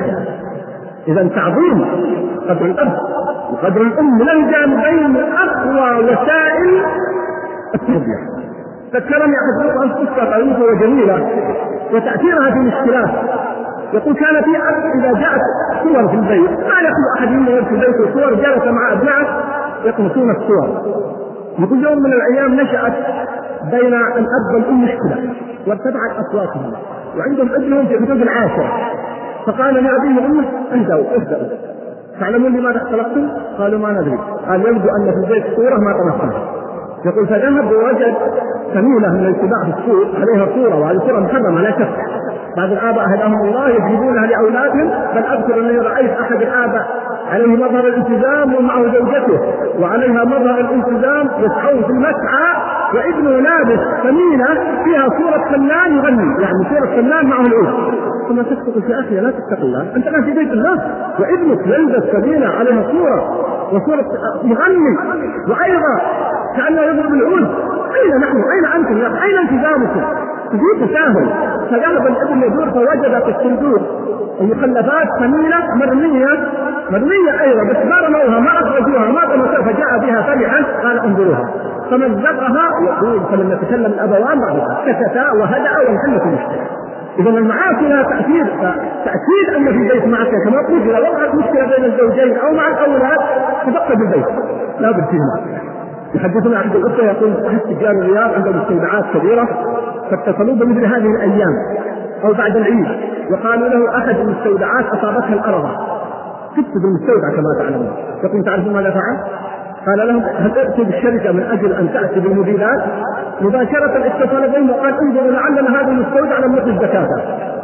B: إذا تعظيم قدر الأب وقدر الأم من الجانبين أقوى وسائل التربية. ذكرني أحد عن قصة طريفة وجميلة وتأثيرها في الاشتراك. يقول كان في أب إذا جاءت صور في البيت، ما يخلو أحد منا في البيت صور، جلس مع أبنائه يقمصون الصور. يقول يوم من الأيام نشأت بين الأب والأم مشكلة وارتفعت أصواتهم، وعندهم ابنهم في حدود العاشرة، فقال لأبيه وأمه اهدأوا اهدأوا، تعلمون لماذا اختلفتم؟ قالوا ما ندري. قال يبدو أن في البيت صورة ما تمثلها. يقول فذهب ووجد سميلة من الاتباع في السوق عليها صورة، وهذه صورة محرمة لا شك. بعض الآباء هداهم الله يجيبونها لأولادهم، بل أذكر أني رأيت أحد الآباء عليه مظهر الالتزام ومعه زوجته وعليها مظهر الالتزام يسعون في المسعى، وابنه لابس سمينة فيها صورة فنان يغني، يعني صورة فنان معه العود. ثم تسقط يا أخي لا تتقي الله، أنت الآن في بيت الله وابنك يلبس سمينة عليها صورة وصورة مغني، وأيضا كأنه يضرب العود. أين نحن؟ أين أنتم؟ أين التزامكم؟ في تساهل. فذهب الابن يدور فوجد في الصندوق المخلفات ثمينة مرمية مرمية أيضا، بس ما رموها ما أخرجوها ما طمسوها، فجاء بها فرحا قال انظروها، فمزقها. يقول فلما تكلم الأبوان بعضها سكتا وهدأ وانحلت المشكلة. إذا المعاصي لها تأثير، تأكيد أن في البيت معك كما قلت إذا وقعت مشكلة بين الزوجين أو مع الأولاد تفقد البيت لا بد فيه. يحدثنا عند الأخوة يقول أحد تجار الرياض عندهم مستودعات كبيرة، فاتصلوا بمثل هذه الأيام أو بعد العيد وقالوا له أحد المستودعات أصابتها الأرض، تفسد المستودع كما تعلمون. يقول تعرفون ماذا فعل؟ قال لهم هل تأتي بالشركة من أجل أن تأتي بالمبيدات؟ مباشرة اتصل بهم وقال انظروا لعلنا هذا المستودع لم يخرج زكاته،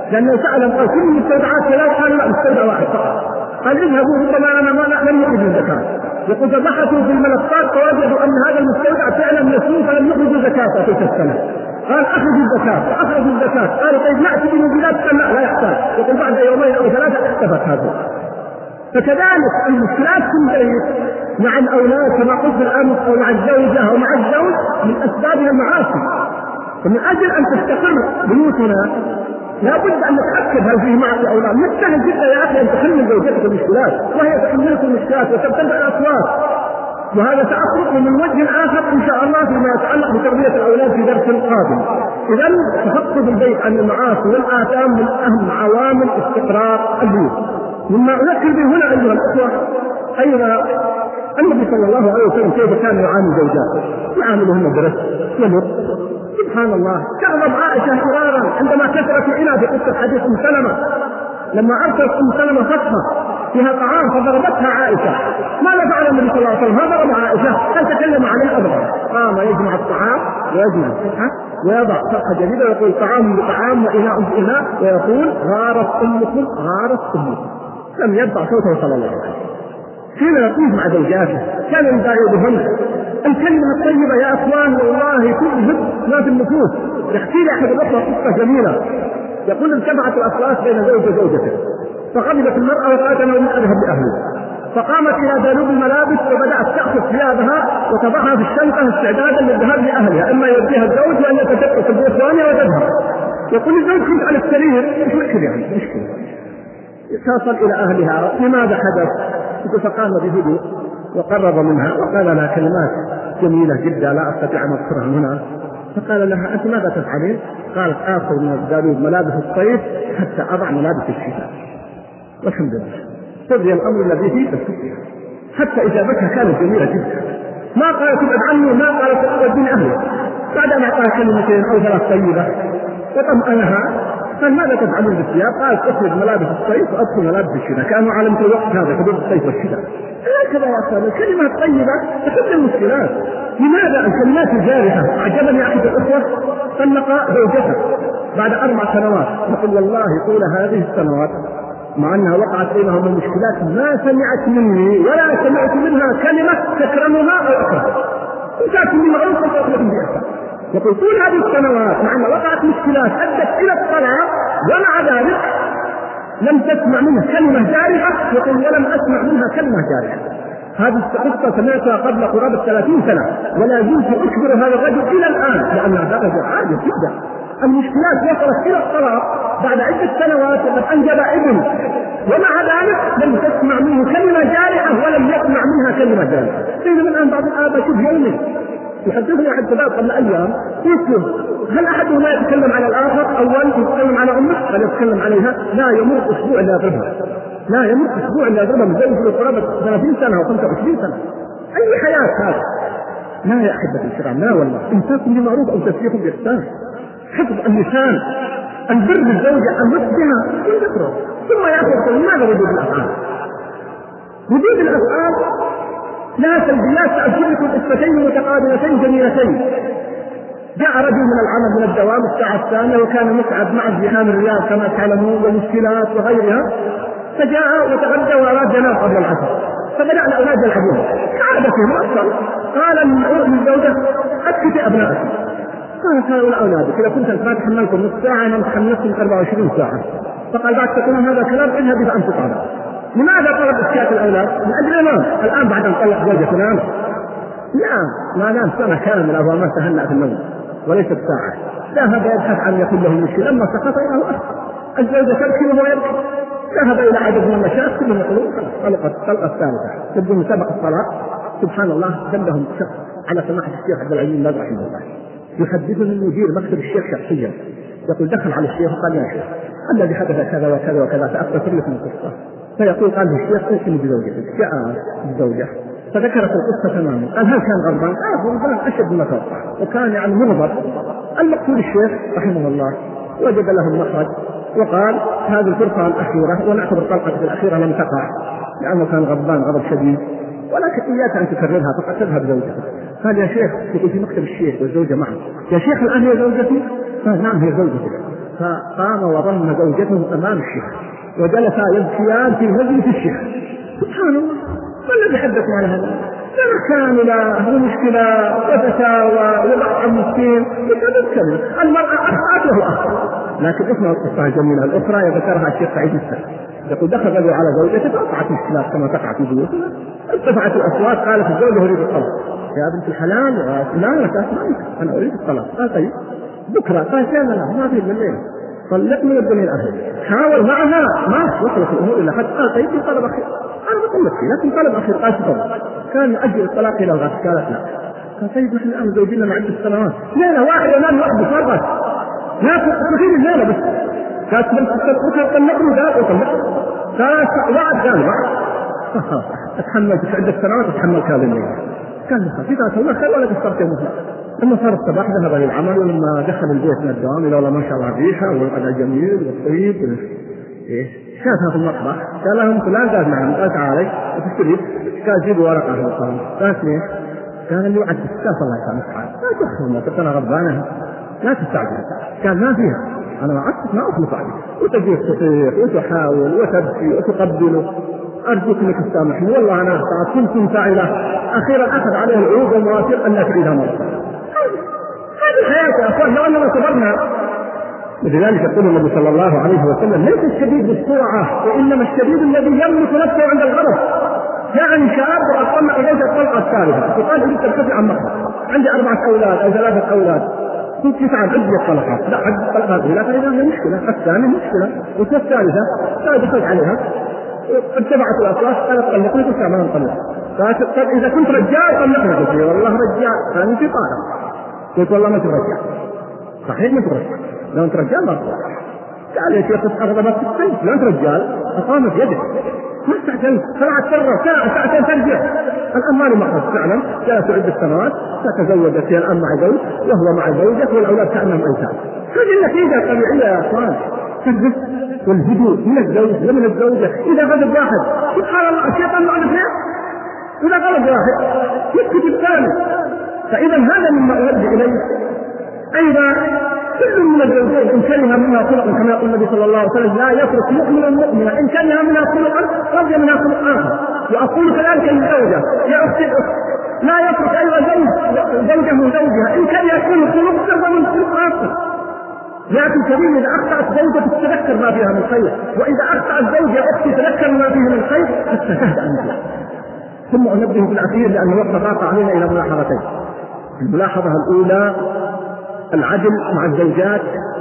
B: لأنه سأل قال كل المستودعات ثلاث، قال لا مستودع واحد فقط. قال اذهبوا ربما أنا ما لم يخرجوا الزكاة. يقول فبحثوا في الملفات فوجدوا أن هذا المستودع فعلا مسلوب فلم يخرجوا زكاة تلك السنة. قال أخرجوا الزكاة فأخرجوا الزكاة. قالوا طيب نأتي بموجودات، قال لا لا يحتاج. يقول بعد يومين أو ثلاثة اختفت هذا. فكذلك المشكلات في البيت مع الأولاد كما قلت الآن أو مع الزوجة أو مع الزوج من أسبابها المعاصي. ومن أجل أن تستقر بيوتنا لا بد أن نتأكد هل فيه معصية أو لا. من السهل جدا يا أخي أن تحمل زوجتك المشكلات وهي تحملك المشكلات وتبتدأ الأصوات، وهذا سأخرج من وجه آخر إن شاء الله فيما يتعلق بتربية الأولاد في درس قادم. إذا تفقد البيت عن المعاصي والآثام من أهم عوامل استقرار البيوت. مما أذكر به هنا أيها الأخوة أيضا النبي صلى الله عليه وسلم كيف كان يعامل زوجاته، يعاملهن برفق يمر. سبحان الله تغضب عائشة فرارا عندما كثرت العناد في قصة حديث أم سلمة لما أرسلت أم سلمة صفحة فيها طعام فضربتها عائشة. ماذا فعل النبي صلى الله عليه وسلم؟ ما ضرب عائشة، هل تكلم عليه أبدا. قام يجمع الطعام ويجمع الصفحة ويضع صفحة جديدة ويقول طعام بطعام وإناء بإناء ويقول غارت أمكم غارت أمكم. لم يرفع صوته صلى الله عليه وسلم. كان لطيف مع زوجاته، كان يداعبهن. الكلمة الطيبة يا أخوان والله تذهب ما في النفوس. يحكي لي أحد الأخوة قصة جميلة، يقول انتبعت الأصوات بين زوج وزوجته فغضبت المرأة وقالت أنا أريد أذهب لأهلي، فقامت إلى دالوب الملابس وبدأت تأخذ ثيابها وتضعها في الشنطة استعدادا للذهاب لأهلها، إما يوديها الزوج وأن يتدفق بإخوانها وتذهب. يقول الزوج كنت على السرير مش مشكلة يعني مشكلة. تصل إلى أهلها لماذا حدث؟ فقام بهدوء وقرب منها وقال لها كلمات جميلة جدا لا أستطيع أن أذكرها هنا. فقال لها أنت ماذا تفعلين؟ قالت آخذ من الدالوب ملابس الصيف حتى أضع ملابس الشتاء. والحمد لله قضي الأمر الذي فيه تسكت. حتى إجابتها كانت جميلة جدا، ما قالت ابعد عني، ما قالت أوديني أهلي. بعد أن أعطاها كلمتين أو ثلاث طيبة وطمأنها قال ماذا تفعلون بالثياب؟ قالت أخرج ملابس الصيف وأدخل ملابس الشتاء، كانوا علمت الوقت هذا حدود الصيف والشتاء. هكذا يا أخوان الكلمة الطيبة تحل المشكلات. لماذا الكلمات الجارحة؟ عجبني أحد الأخوة طلق زوجته بعد أربع سنوات، يقول والله طول هذه السنوات مع أنها وقعت بينهم المشكلات ما سمعت مني ولا سمعت منها كلمة تكرمها أو أكرهها. إن كانت مني معروفة فأطلق بأسها. يقول طول هذه السنوات مع أن وقعت مشكلات أدت إلى الطلاق ومع ذلك لم تسمع منها كلمة جارحة. يقول ولم أسمع منها كلمة جارحة. هذه القصة سمعتها قبل قرابة ثلاثين سنة ولا زلت أشكر هذا الرجل إلى الآن لأن هذا رجل عادي جدا. المشكلات وصلت إلى الطلاق بعد عدة سنوات وقد أنجب ابن ومع ذلك لم تسمع منه كلمة جارحة ولم يسمع منها كلمة جارحة. بينما الآن بعض الآباء شوف يومي يحدثني أحد الشباب قبل أيام يسلم هل أحدهم لا يتكلم على الآخر؟ أول يتكلم على أمه بل يتكلم عليها لا يمر أسبوع إلا يضربها، لا يمر أسبوع إلا يضربها من زوجه قرابة ثلاثين سنة أو خمسة وعشرين سنة. أي حياة هذا؟ لا يا أحبة الكرام لا والله. إمساك بمعروف أو تسريح بإحسان، حفظ اللسان، البر بالزوجة، الرفق بها وذكره. ثم يأخذ ماذا وجود الأفعال؟ وجود الأفعال لا سلبيات. سأذكر لكم قصتين متقابلتين جميلتين. جاء رجل من العمل من الدوام الساعة الثانية وكان متعب مع ازدحام الرياض كما تعلمون ومشكلات وغيرها، فجاء وتغدى وأراد ينام قبل العصر، فبدأ الأولاد يلعبون عادتهم أكثر. قال للزوجة أسكتي أبنائك. قالت هؤلاء أولادك إذا كنت ما تحملكم نصف ساعة أنا تحملكم أربعة وعشرين ساعة. فقال بعد تقولون هذا كلام اذهبي فأنت طالب. لماذا طلب إسكات الأولاد؟ من أجل نام. الآن بعد أن طلق زوجة نام؟ لا ما نام سنة كاملة وهو ما تهنأ في النوم وليست ساعة. ذهب يبحث عن يكون له مشكلة لما سقط إلى الأرض الزوجة تبكي وهو يبكي. ذهب إلى عدد من المشايخ كلهم يقولون طلقت الطلقة الثالثة تبدو من سبق الطلاق. سبحان الله دلهم شخص على سماحة الشيخ عبد العزيز بن باز رحمه الله يحدثني مدير مكتب الشيخ شخصيا يقول دخل على الشيخ وقال يا شيخ الذي حدث كذا وكذا وكذا سأذكر لكم القصة. فيقول قال له الشيخ اوصني بزوجتك. جاء الزوجة فذكرت القصة تماما. قال هل كان غضبان؟ قال غضبان أشد مما توقع وكان يعني مغضب. المقصود الشيخ رحمه الله وجد له المخرج وقال هذه الفرصة الأخيرة ونعتبر الطلقة الأخيرة لم تقع لأنه كان غضبان غضب شديد ولكن إياك أن تكررها فقط تذهب زوجتك. قال يا شيخ يقول في مكتب الشيخ والزوجة معه يا شيخ الآن هي زوجتي؟ قال نعم هي زوجتك. فقام وضم زوجته أمام الشيخ وجلسا يبكيان في مجلس الشيخ. سبحان الله، ما الذي حدثنا على هذا؟ لا كاملة ومشكلة وفتاوى وضع مسكين وتذكر المرأة أخطأت وهو أخطأ. لكن اسمها القصة الجميلة الأخرى يذكرها الشيخ سعيد السعيد، يقول دخل رجل على زوجته فوقعت مشكلات كما تقع في بيوتنا، ارتفعت الأصوات، قالت الزوجة أريد الطلاق. يا بنت الحلال فلان أنا أريد الطلاق. قال طيب بكرة. قال لا لا ما في بالليل طلقني والدنيا الأهل. حاول معها ما وصلت الأمور إلى حد. قال طيب في طلب أخير. أنا بطلق فيه لكن طلب أخير. قال شكرا كان يؤجل الطلاق إلى الغد. قالت لا. قال طيب نحن الآن زوجين مع عدة سنوات ليلة واحدة نام وحده فرغت لا تخيل الليلة بس. قالت بكرة طلقني. قال وطلقني. قالت وعد. قال وعد أتحمل في عدة سنوات أتحمل هذه الليلة. كان خفيف الله خير ولا قصرت يا مثلا. لما صار الصباح ذهب للعمل ولما دخل البيت من الدوام إلى والله ما شاء الله الريحة والغداء جميل والطيب إيه شافها في المطبخ. قال لهم فلان. قال نعم. قال تعالي وتشتري. قال جيبوا ورقة وقلم. قالت ليش؟ قال اللي وعد تستاهل الله يسامحك. لا تخفوا ما كنت أنا غضبانة لا تستعجل. قال ما فيها أنا وعدتك ما أخلف عليك. وتجيب تصيح وتحاول وتبكي وتقبله أرجوك أنك تسامحني والله أنا أخطأت كنت فاعلة. أخيرا أخذ عليه العود والمواثيق أن لا تعيدها مرة. هذه الحياة يا أخوان لو أننا صبرنا. لذلك يقول النبي صلى الله عليه وسلم ليس الشديد بالسرعة وإنما الشديد الذي يملك نفسه عند الغضب. يعني شاب وأطلع إليه الطلقة الثالثة وقال أريد تبتدي عن مخرج عندي أربعة أولاد أو ثلاثة أولاد كنت تسعة عدة طلقات. لا عدة طلقات لا فإذا هي مشكلة. الثانية مشكلة والثالثة لا دخلت عليها ارتفعت الأصوات. قالت طلقني. قلت ما نطلق. قالت طيب إذا كنت رجال طلقني. قلت والله رجال. قال أنت طالق. قلت والله ما ترجع. صحيح ما ترجع. لو أنت رجال ما ترجع. قال يا شيخ أغضبت السيف. لو أنت رجال أقامت يدك ما استعجلت. طلعت سرة ساعة ساعتين ترجع. الآن مالي مخرج فعلا. جاءت عدة سنوات تتزوجت هي الآن مع زوج وهو مع زوجة والأولاد كأنهم أيتام. هذه النتيجة الطبيعية يا أخوان. تثبت والهدوء من الزوج ومن الزوجة. إذا غضب واحد سبحان الله الشيطان معنا فيه. إذا غضب واحد يسكت الثاني. فإذا هذا مما أرد إليه. أيضا كل من الزوجين إن كره منها خلقا كما يقول النبي صلى الله عليه وسلم لا يترك مؤمنا مؤمنا إن كره منها خلقا رضي منها خلق آخر. وأقول كذلك للزوجة يا أختي الأخت لا يترك أيضا زوج زوجه زوجها إن كره منه خلق رضي من خلق آخر. لكن كريم إذا أخطأت زوجة تتذكر ما فيها من خير وإذا أخطأت زوجة أختي تتذكر ما فيه من خير حتى تهدأ منها. ثم أنبه في الأخير لأن الوقت ضاق علينا إلى ملاحظتين. الملاحظة الأولى العدل مع الزوجات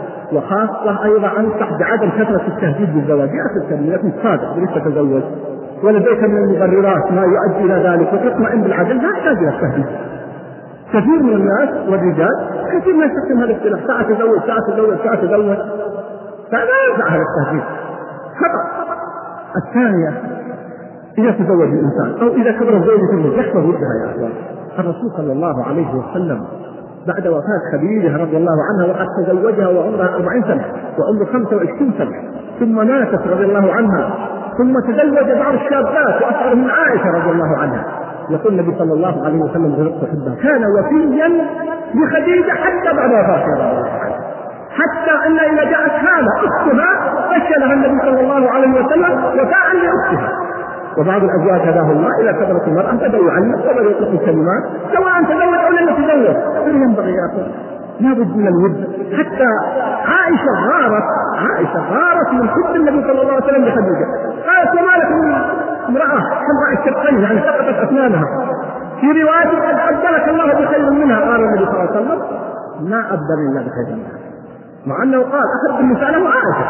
B: وخاصة أيضا أنصح بعدم كثرة التهديد بالزواج. يا أخي لكن صادق ليس تزوج ولديك من المبررات ما يؤدي إلى ذلك وتطمئن بالعدل لا يحتاج إلى التهديد. كثير من الناس والرجال كثير ما يستخدم هذا الاصطلاح ساعة تزوج ساعة تزوج ساعة تزوج فلا ينفع هذا التهديد خطأ. الثانية إذا تزوج الإنسان أو إذا كبر زوجته يحفظ ودها يا أخوان. الرسول صلى الله عليه وسلم بعد وفاة خديجة رضي الله عنها وقد تزوجها وعمرها أربعين سنة وعمره خمسة وعشرين سنة ثم ماتت رضي الله عنها ثم تزوج بعض الشابات وأشهرهم عائشة رضي الله عنها. يقول النبي صلى الله عليه وسلم برقة حبها كان وفيا لخديجة حتى بعد وفاتها رضي الله عنها حتى أن إذا جاءت هذا أختها فشلها النبي صلى الله عليه وسلم وفاء لأختها. وبعض الأزواج هداه الله إلى كبرة المرأة تدعو عنه ولا يطلق الكلمات سواء تزوج أو لم يتزوج. فينبغي يا أخوان لابد من الود. حتى عائشة غارت عائشة غارت من حب النبي صلى الله عليه وسلم لخديجة. قالت وما لك من امرأة حمراء الشقين يعني سقطت أسنانها في رواية قد أبدلك الله بخير منها. قال النبي صلى الله عليه وسلم ما أبدل الله بخير منها مع أنه قال أخذ النساء له عائشة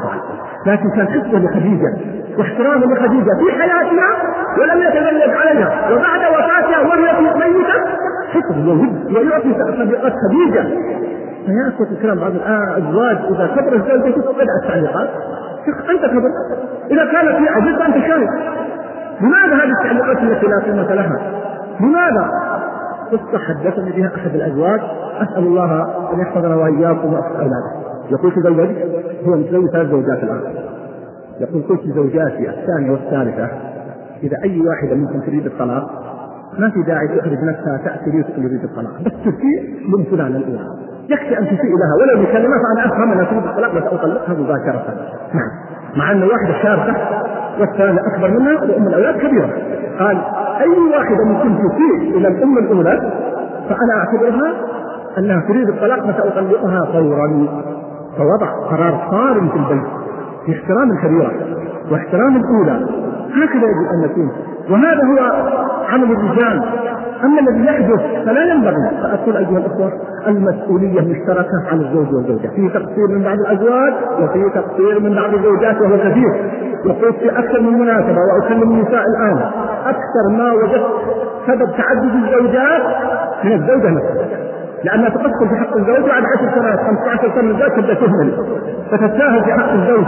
B: لكن كان حبه لخديجة واحترامه لخديجة في حياتها ولم يتزوج عليها وبعد وفاتها وهي ميتة حفظ وود ويعطي صديقات خديجة. فيا أخوة الكرام بعض الأزواج إذا كبر الزوجة تبدأ التعليقات أنت كبر إذا كانت في عجز أنت شايف. لماذا هذه التعليقات التي لا قيمة لها؟ لماذا؟ قصة حدثني بها أحد الأزواج أسأل الله أن يحفظنا وإياكم وأحفظ أولاده. يقول تزوج هو متزوج ثلاث زوجات الآن. يقول قلت زوجاتي الثانية والثالثة إذا أي واحدة منكم تريد الطلاق ما في داعي تخرج نفسها تأتي لي وتقول تريد الطلاق بس تسيء من فلان الأولى يكفي أن تسيء لها ولو بكلمات أنا أفهم أنها تريد الطلاق بس أطلقها مباشرة. نعم، مع أن واحدة شاركة والثانية أكبر منها وأم الأولاد كبيرة. قال أي واحدة ممكن تسيء إلى الأم الأولى فأنا أعتبرها أنها تريد الطلاق فسأطلقها فورا. فوضع قرار صارم في البيت في احترام الكبيرة واحترام الأولى. هكذا يجب أن نكون، وهذا هو عمل الرجال. أما الذي يحدث فلا ينبغي. فأقول أيها الأخوة المسؤولية مشتركة على الزوج والزوجة، في تقصير من بعض الأزواج وفي تقصير من بعض الزوجات وهو كثير. وقلت في أكثر من مناسبة وأكلم النساء الآن، أكثر ما وجدت سبب تعدد الزوجات من الزوجة نفسها، لأنها تقصر في حق الزوج بعد عشر سنوات خمسة عشر سنة الزوج تبدأ تهمل فتتساهل في حق الزوج.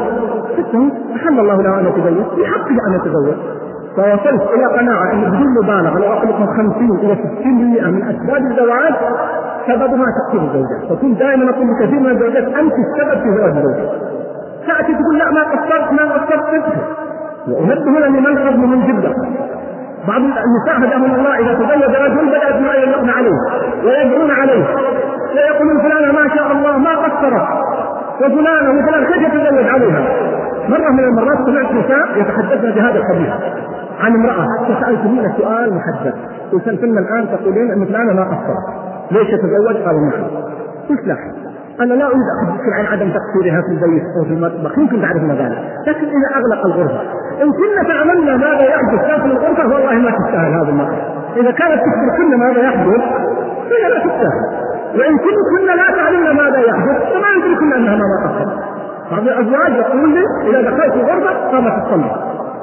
B: أحل الله له أن يتزوج في حقه أن يتزوج. فوصلت إلى قناعة أن بدون مبالغة لو أطلق خمسين إلى ستين بالمئة من أسباب الزواج سببها تقصير الزوجات. فكنت دائما أقول لكثير من الزوجات أنت السبب في زواج الزوج. تأتي تقول لا ما قصرت ما قصرت. وأمد هنا لملحظ مهم جدا. بعض النساء هداهم الله إذا تزوج رجل بدأت ما يلقن عليه ويجرون عليه ويقولون فلانة ما شاء الله ما قصرت وفلانة وفلان كيف يتزوج عليها. مرة من المرات سمعت نساء يتحدثن بهذا الحديث عن امرأة فسألت منها سؤال محدد، قلت لكن الآن تقولين أن فلانة ما قصرت ليش يتزوج؟ قالوا نعم. قلت لا أنا لا أريد أحدثك عن عدم تقصيرها في البيت أو في المطبخ، يمكن تعرفنا ذلك، لكن إذا أغلق الغرفة إن كنا تعملنا ماذا يحدث داخل الغرفة والله ما تستاهل هذا المرأة. إذا كانت تخبر كنا ماذا يحدث فهي لا تستاهل، وإن كنا لا تعلمنا ماذا يحدث فما يمكن أنها ما قصرت. بعض الأزواج يقول لي إذا دخلت الغرفة قامت تصلي.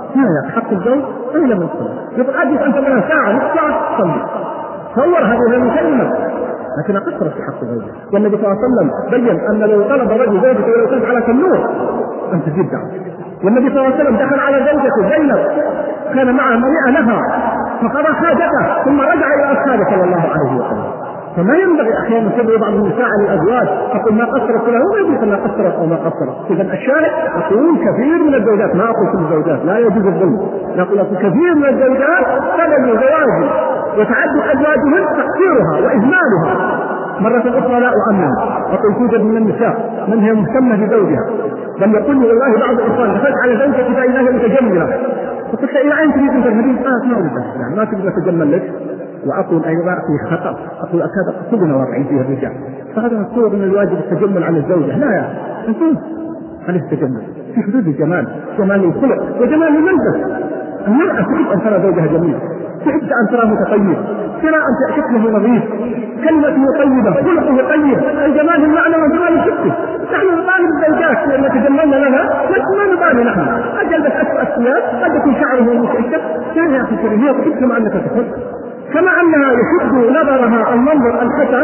B: ما حق الزوج أين من الصلاة؟ يتحدث أنت منها ساعة نصف ساعة تصلي. صور هذه المكلمة لكن قصرت في حق الزوجة. والنبي صلى الله عليه وسلم بين أن لو طلب رجل زوجته ولو كانت على تنور أن تجد دعوة. والنبي صلى الله عليه وسلم دخل على زوجته زينب كان معها مليئة لها فقضى حاجته ثم رجع إلى أصحابه صلى الله عليه وسلم. فما ينبغي أحيانا تبعد بعض النساء عن الأزواج أقول ما قصرت له وما يقول ما قصرت أو ما قصرت. إذا الشارع أقول كثير من الزوجات ما أقول كل الزوجات لا يجوز الظلم، نقول كثير من الزوجات سبب زواجه وتعدد أزواجهن تقصيرها وإهمالها. مرة أخرى لا أؤمن أقول توجد من النساء من هي مهتمة بزوجها، بل يقول لي والله بعض الإخوان دخلت على زوجتي فإذا هي متجملة فقلت إلى أين تريد أن تذهبين؟ آه ما أريد يعني ما تقدر تجمل لك. وأقول أيضا في خطأ أقول أكاد أقصدنا واقعين فيها الرجال، فهذا الصور من الواجب التجمل على الزوجة. لا يا أنتم خليه التجمل في حدود الجمال، جمال الخلق وجمال الملبس. المرأة تحب أن ترى زوجها جميل، تحب أن ترى متطيب، ترى أن شكله نظيف، كلمته طيبة، خلقه طيب، الجمال المعنى وجمال الشكل. نحن نطالب الزوجات لأن تجملنا لها لكن ما نبالي نحن. قد يلبس أسوأ الثياب، قد يكون شعره مشكك، كان يا أخي الكريم هي تحب كما أنك تحب، كما أنها يشد نظرها المنظر الحسن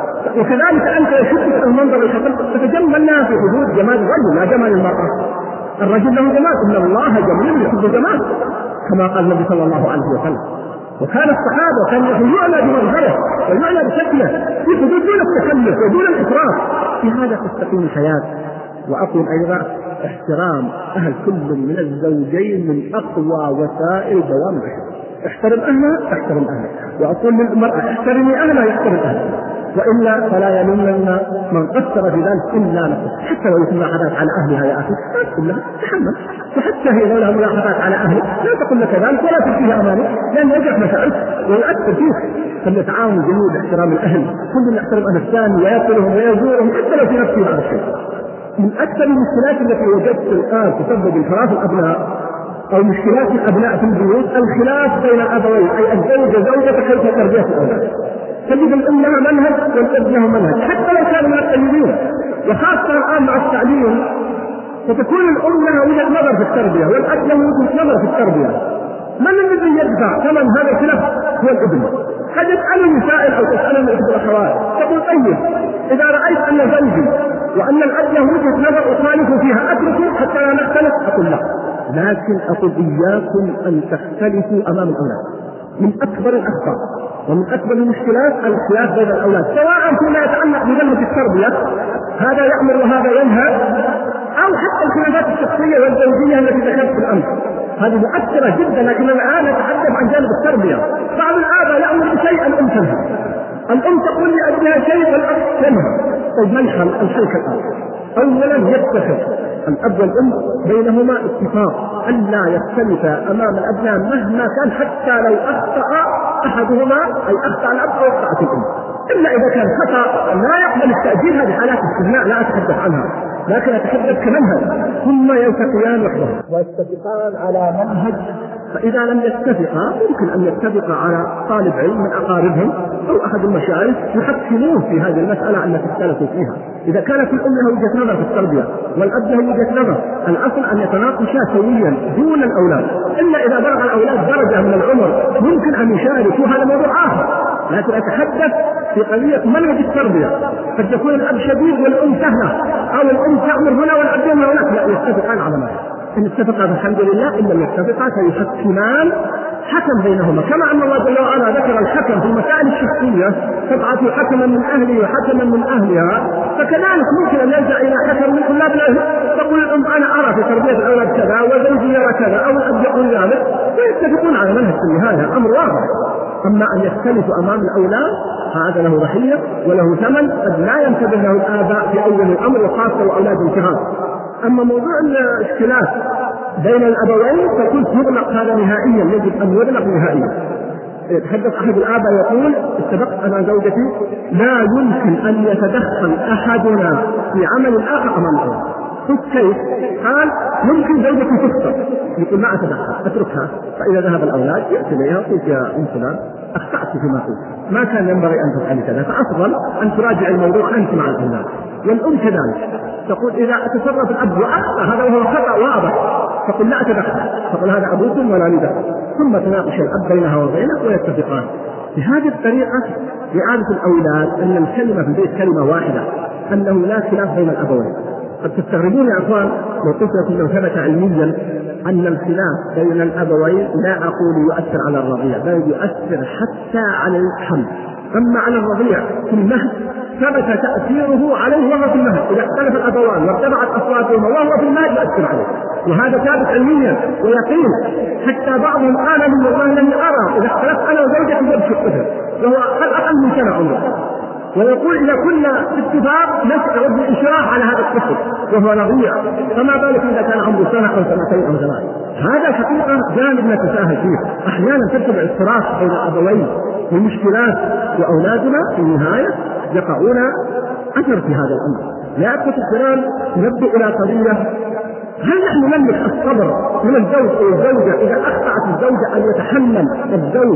B: وكذلك أنت يشدك المنظر الحسن. فتجملنا في حدود جمال الرجل لا جمال المرأة. الرجل له جمال، إن الله جميل يحب جمال كما قال النبي صلى الله عليه وسلم. وكان الصحابة كان يعنى بمنظره ويعنى بشكله في حدود دون التكلف ودون الإسراف. في هذا تستقيم الحياة. وأقول أيضا احترام أهل كل من الزوجين من أقوى وسائل دوام العشرة. احترم أهلها احترم أهلها. وأقول للمرأة احترمي أهلها يحترم أهلها، وإلا فلا يلومن من قصر في ذلك إلا نفسه. حتى لو يكون ملاحظات على أهلها يا أخي لا تقول لها تحمل، وحتى هي لو لها ملاحظات على أهلك لا تقول لك ذلك ولا تلقيها أمانك لأن يجرح مشاعرك ويؤثر فيك. فلنتعاون جميل باحترام الأهل، كل يحترم أهل الثاني ويأكلهم ويزورهم حتى لو في نفسه بعض الشيء. من أكثر المشكلات التي وجدت الآن تسبب انحراف الأبناء أو مشكلات الأبناء في البيوت الخلاف بين الأبوين، أي الزوجة زوجة كيف تربية الأولاد. تجد الأم لها منهج والأب له منهج حتى لو كانوا من الطيبين، وخاصة الآن مع التعليم فتكون الأم لها وجهة نظر في التربية والأب له وجهة نظر في التربية. من الذي يدفع ثمن هذا الخلاف؟ هو الابن. قد يسألني سائل أو تسألني إحدى الأخوات تقول طيب إذا رأيت أن زوجي وأن الأب له وجهة نظر أخالف فيها أتركه حتى لا نختلف؟ أقول لا، لكن أقول إياكم أن تختلفوا أمام الأولاد. من أكبر الأخطاء ومن أكبر المشكلات الخلاف بين الأولاد، سواء فيما يتعلق بجانب التربية هذا يأمر وهذا ينهى، أو حتى الخلافات الشخصية والزوجية التي ذكرت في الأمس. هذه مؤثرة جدا، لكن الآن نتحدث عن جانب التربية. بعض الآباء يأمر بشيء الأم تنهى، الأم تقول لأبنها شيء والأب ينهى. طيب ما الحل؟ الحل كالآتي: أولا يتفق الأب والأم بينهما اتفاق أن لا يختلفا أمام الأبناء مهما كان، حتى لو أخطأ أحدهما أي أخطأ الأب أو أخطأت الأم، إلا إذا كان خطأ لا يقبل التأجيل. هذه حالات استثناء لا أتحدث عنها، لكن أتحدث كمنهج. ثم يلتقيان وحدهم ويتفقان على منهج، فإذا لم يتفقا يمكن أن يتفقا على طالب علم من أقاربهم أو أحد المشايخ يحكموه في هذه المسألة التي اختلفوا فيها. إذا كانت الأم له وجهة نظر في التربية والأب له وجهة نظر، الأصل أن يتناقشا سويا دون الأولاد، إلا إذا بلغ الأولاد درجة من العمر ممكن أن يشاركوا، هذا موضوع آخر. لكن أتحدث في قضية منهج التربية. قد يكون الأب شديد والأم سهلة، أو الأم تأمر هنا والأب يأمر هناك، لا يتفقان على ما إن اتفقا فالحمد لله، إن لم يتفقا فيحكمان حكم بينهما. كما أن الله جل وعلا ذكر الحكم في المسائل الشخصية، تبعث حكما من أهله وحكما من أهلها، فكذلك ممكن أن يلجأ إلى حكم من طلاب العلم. تقول الأم أنا أرى في تربية الأولاد كذا وزوجي يرى كذا أو الأب يقول ذلك، ويتفقون على منهج في النهاية، أمر واضح. أما أن يختلفوا أمام الأولاد هذا له رحية وله ثمن قد لا ينتبه له الآباء في أول الأمر، وخاصة وأولاد الكرام. أما موضوع الاختلاف بين الأبوين فكنت يغلق هذا نهائيا، يجب أن يغلق نهائيا. يتحدث أحد الآباء يقول: اتفقت أنا زوجتي لا يمكن أن يتدخل أحدنا في عمل الآخر أمام الأولاد. كيف؟ قال: يمكن زوجتي تفطر، يقول ما أتدخل أتركها، فإذا ذهب الأولاد يأتي إليها قلت يا أم فلان أخطأت فيما قلت، ما كان ينبغي أن تفعلي كذا، فأفضل أن تراجع الموضوع أنت مع الأولاد. والأم كذلك تقول: إذا تصرف الأب وأخطأ هذا وهو خطأ واضح فقل لا أتدخل، فقل هذا أبوكم ولا لي دخل، ثم تناقش الأب بينها وبينك ويتفقان. بهذه الطريقة إعادة الأولاد أن الكلمة في البيت كلمة واحدة، أنه لا خلاف بين الأبوين. قد تستغربون يا أخوان لو قلت لكم لو ثبت علميا أن الخلاف بين الأبوين لا أقول يؤثر على الرضيع، بل يؤثر حتى على الحمل. أما على الرضيع في المهد ثبت تأثيره عليه وهو في المهد، إذا اختلف الأبوان وارتفعت أصواتهما وهو في المهد يؤثر عليه، وهذا ثابت علميا ويقين. حتى بعضهم قال من والله لم أرى إذا اختلفت أنا وزوجتي يبكي الطفل وهو أقل من سنة عمره، ويقول إذا كنا في اتفاق نشعر بالإشراف على هذا الطفل وهو رضيع، فما بالك إذا كان عمره سنة أو سنتين أو ثلاث. هذا حقيقة جانب نتساهل فيه، أحيانا ترتفع اضطراب بين الأبوين ومشكلات، وأولادنا في النهاية يقعون أثر في هذا الأمر. لا أكثر الكلام نبدأ إلى قضية: هل نحن نملك الصبر من الزوج أو الزوجة إذا أخطأت الزوجة أن يتحمل الزوج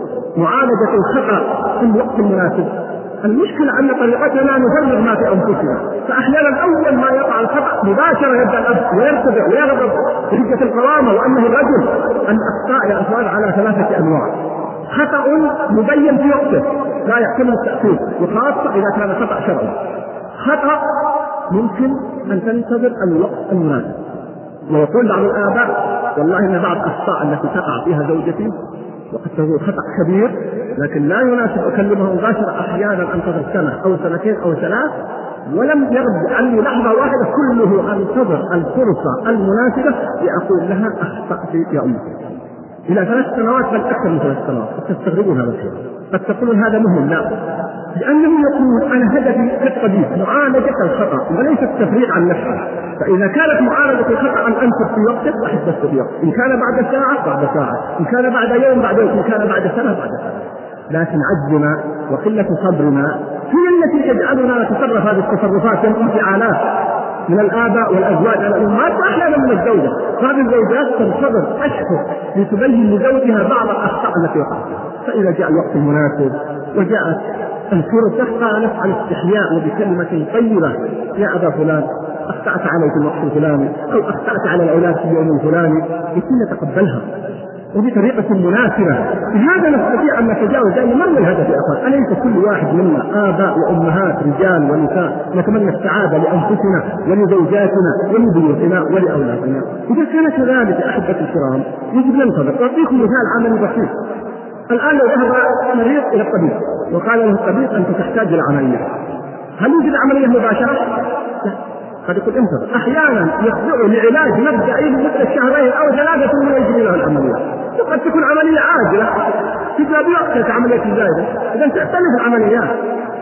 B: معالجة الخطأ في الوقت المناسب؟ المشكلة أن طريقتنا نفرغ ما في أنفسنا، فأحيانا أول ما يقع الخطأ مباشرة يبدأ الأب ويرتفع ويغضب بحجة القوامة وأنه الرجل. الأخطاء يا أخوان على ثلاثة أنواع: خطأ مبين في وقته لا يحتمل التأكيد، وخاصة إذا كان خطأ شرعي. خطأ ممكن أن تنتظر الوقت المناسب، ويقول بعض الآباء: والله إن بعض الأخطاء التي تقع فيها زوجتي وقد تكون خطأ كبير لكن لا يناسب أكلمه مباشرة، أحيانا أنتظر سنة أو سنتين أو ثلاث ولم يرد عني لحظة واحدة، كله أنتظر الفرصة المناسبة لأقول لها أخطأت يا أمي. إلى ثلاث سنوات بل أكثر من ثلاث سنوات. تستغربون هذا الشيء، قد تقولون هذا مهم، لا، لأنه يقول أنا هدفي في القضية معالجة الخطأ وليس التفريط عن نفسه. فإذا كانت معالجة الخطأ أن أنتظر في وقته أحدث في وقت، إن كان بعد ساعة بعد ساعة، إن كان بعد يوم بعد يوم، إن كان بعد سنة بعد سنة. لكن عجزنا وقلة صبرنا هي التي تجعلنا نتصرف هذه التصرفات والانفعالات من الآباء والأزواج على الأمهات، وأحيانا من الزوجة. بعض الزوجات تنتظر أشهر لتبين لزوجها بعض الأخطاء التي وقعت، فإذا جاء الوقت المناسب وجاءت الفرصة قالت عن استحياء وبكلمة طيبة: يا أبا فلان أخطأت علي في الوقت الفلاني، أو أخطأت على الأولاد في اليوم الفلاني، يكون نتقبلها وبطريقة مناسبة. بهذا نستطيع أن نتجاوز، لأن من الهدف يا أخوان؟ أليس كل واحد منا آباء وأمهات رجال ونساء نتمنى السعادة لأنفسنا ولزوجاتنا ولبيوتنا ولأولادنا؟ إذا كان كذلك يا أحبة الكرام يجب ننتظر. أعطيكم مثال عملي بسيط. الآن لو ذهب مريض إلى الطبيب وقال له الطبيب أنت تحتاج إلى عملية، هل يوجد عملية مباشرة؟ لا، قد يكون انتظر. أحيانا يخضعوا لعلاج مبدئي لمدة شهرين أو ثلاثة ثم يجري له العملية، وقد تكون عملية عاجلة تجاب وقتك عملية زائدة. إذا تختلف العمليات.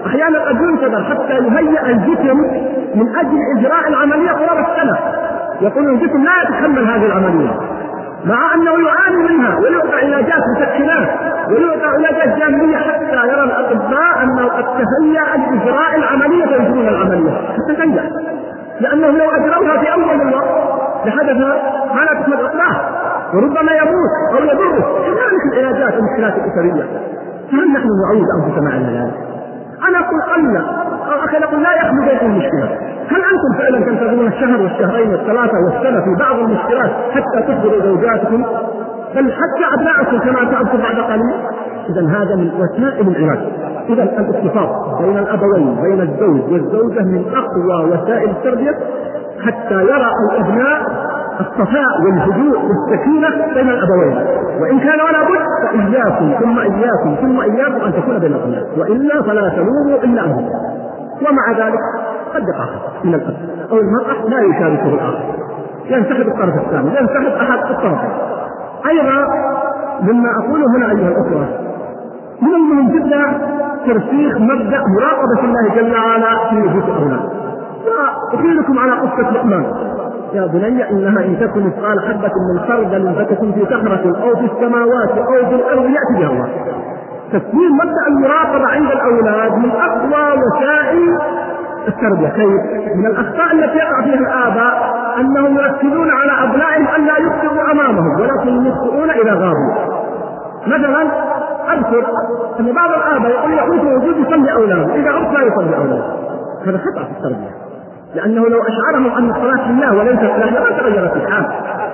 B: أحيانا قد ينتظر حتى يهيئ الجسم من أجل إجراء العملية قرابة السنة. يقول الجسم لا يتحمل هذه العملية، مع أنه يعاني منها ويعطى علاجات مسكنات ويعطى علاجات جانبية حتى يرى الأطباء أنه قد تهيأ لإجراء العملية فيجرون العملية حتى تنجح، لأنه لو أجروها في أول الوقت لحدث ما لا تحمد عقباه وربما يموت أو يضره. كذلك العلاجات المشكلات الأسرية، هل نحن نعود أنفسنا على ذلك؟ أنا أقول قل أو أخي نقول لا يخلو بينكم المشكلة. هل أنتم فعلا تنتظرون الشهر والشهرين والثلاثة والسنة في بعض المشكلات حتى تخبروا زوجاتكم بل حتى أبنائكم كما تعبتم بعد قليل؟ إذا هذا من وسائل العلاج. إذا الاتفاق بين الأبوين بين الزوج والزوجة من أقوى وسائل التربية حتى يرى الأبناء الصفاء والهدوء والسكينة بين الأبوين. وإن كان ولا بد فإياكم ثم إياكم ثم إياكم أن تكون بين الأبناء، وإلا فلا تلوموا إلا أنهم. ومع ذلك قد يقع من الأب أو المرأة لا يشاركه الآخر، ينسحب الطرف الثاني، ينسحب أحد الطرفين. أيضا مما أقوله هنا أيها الأخوة من المهم جدا ترسيخ مبدأ مراقبة الله جل وعلا في نفوس الأولاد. وأحيلكم على قصة لقمان: يا بني إنها إن تكن مثقال حبة من خردل فتكن في صخرة أو في السماوات أو في الأرض يأتي بها الله. تسليم مبدأ المراقبة عند الأولاد من أقوى وسائل التربية. كيف؟ من الأخطاء التي يقع فيها الآباء أنهم يركزون على أبنائهم أن لا يخطئوا أمامهم ولكن يخطئون إذا غابوا. مثلا أذكر أن بعض الآباء يقول يعود وجود يصلي أولاده، إذا عرف لا يصلي أولاده. هذا خطأ في التربية، لأنه لو أشعرهم أن الصلاة لله وليست له لما تغيرت الحال.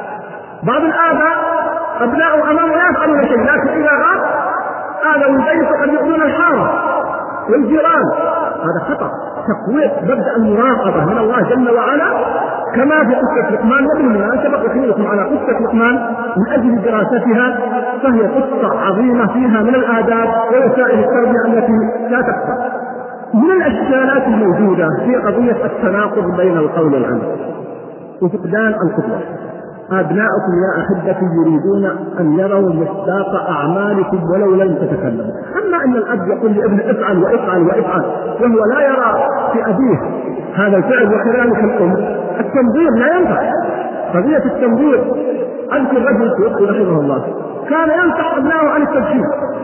B: بعض الآباء أبناء أمامه لا يفعلون شيء، لكن إذا غاب هذا والبيت قد يؤذون الحارة والجيران. هذا خطأ. تقوية مبدأ المراقبة من الله جل وعلا كما في قصة لقمان. وبالمناسبة أحيلكم على قصة لقمان من أجل دراستها، فهي قصة عظيمة فيها من الآداب ووسائل التربية التي لا تخفى. من الأشكالات الموجودة في قضية التناقض بين القول والعمل وفقدان القدوة. أبناؤكم يا أحبتي يريدون أن يروا مصداق أعمالكم ولو لم تتكلموا. أما أن الأب يقول لابنه افعل وافعل وافعل وهو لا يرى في أبيه هذا الفعل، وكذلك الأم. التنظير لا ينفع. قضية التنظير، أذكر رجل توفي رحمه الله كان ينصح أبنائه عن التدخين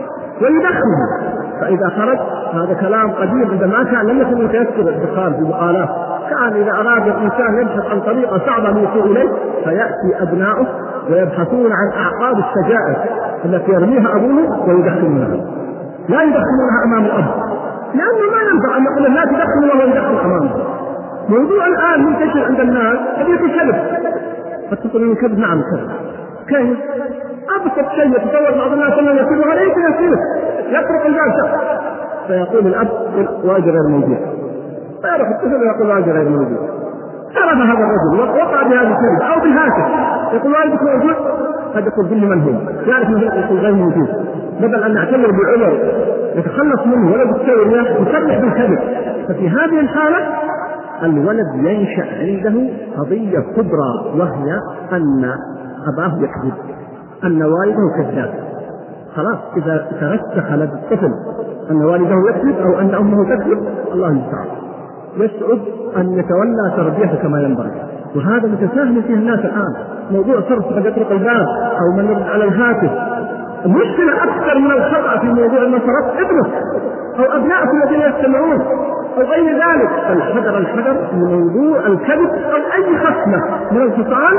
B: ويدخنه، فإذا خرج هذا كلام قديم عندما كان لم يكن يتيسر الدخان في مقالات، كان إذا أراد الإنسان يبحث عن طريقة صعبة للوصول إليه فيأتي أبناؤه ويبحثون عن أعقاب السجائر التي يرميها أبوه ويدخنونها. لا يدخنونها أمام الأب، لأنه ما ينفع أن يقول لا تدخن وهو يدخن أمامه. موضوع الآن منتشر عند الناس قضية الكذب. فتقولون الكذب؟ نعم الكذب. كيف؟ أبسط شيء يتصور بعض الناس أنه يكذب عليه يصير يترك الباب فيقول الأب واجر غير موجود، فيروح الطفل ويقول واجر غير موجود. عرف هذا الرجل وقع بهذا الكذب أو بالهاتف يقول والدك موجود، قد يقول كل من هو يعرف أنه يقول غير موجود، بدل أن نعتبر بعذر يتخلص منه ولا بالتسوي يصرح بالكذب. ففي هذه الحالة الولد ينشأ عنده قضية كبرى، وهي أن أباه يكذب، أن والده كذاب. خلاص إذا ترسخ لدى الطفل أن والده يكذب أو أن أمه تكذب، الله المستعان، يسعد أن يتولى تربيته كما ينبغي. وهذا متساهل فيه الناس الآن. موضوع صرف قد يطرق الباب أو من يرد على الهاتف. المشكلة أكثر من الخطأ في موضوع المصرف ابنه أو أبنائكم الذين يستمعون أو غير ذلك. الحذر الحذر من موضوع الكذب أو أي خصلة من الخصال.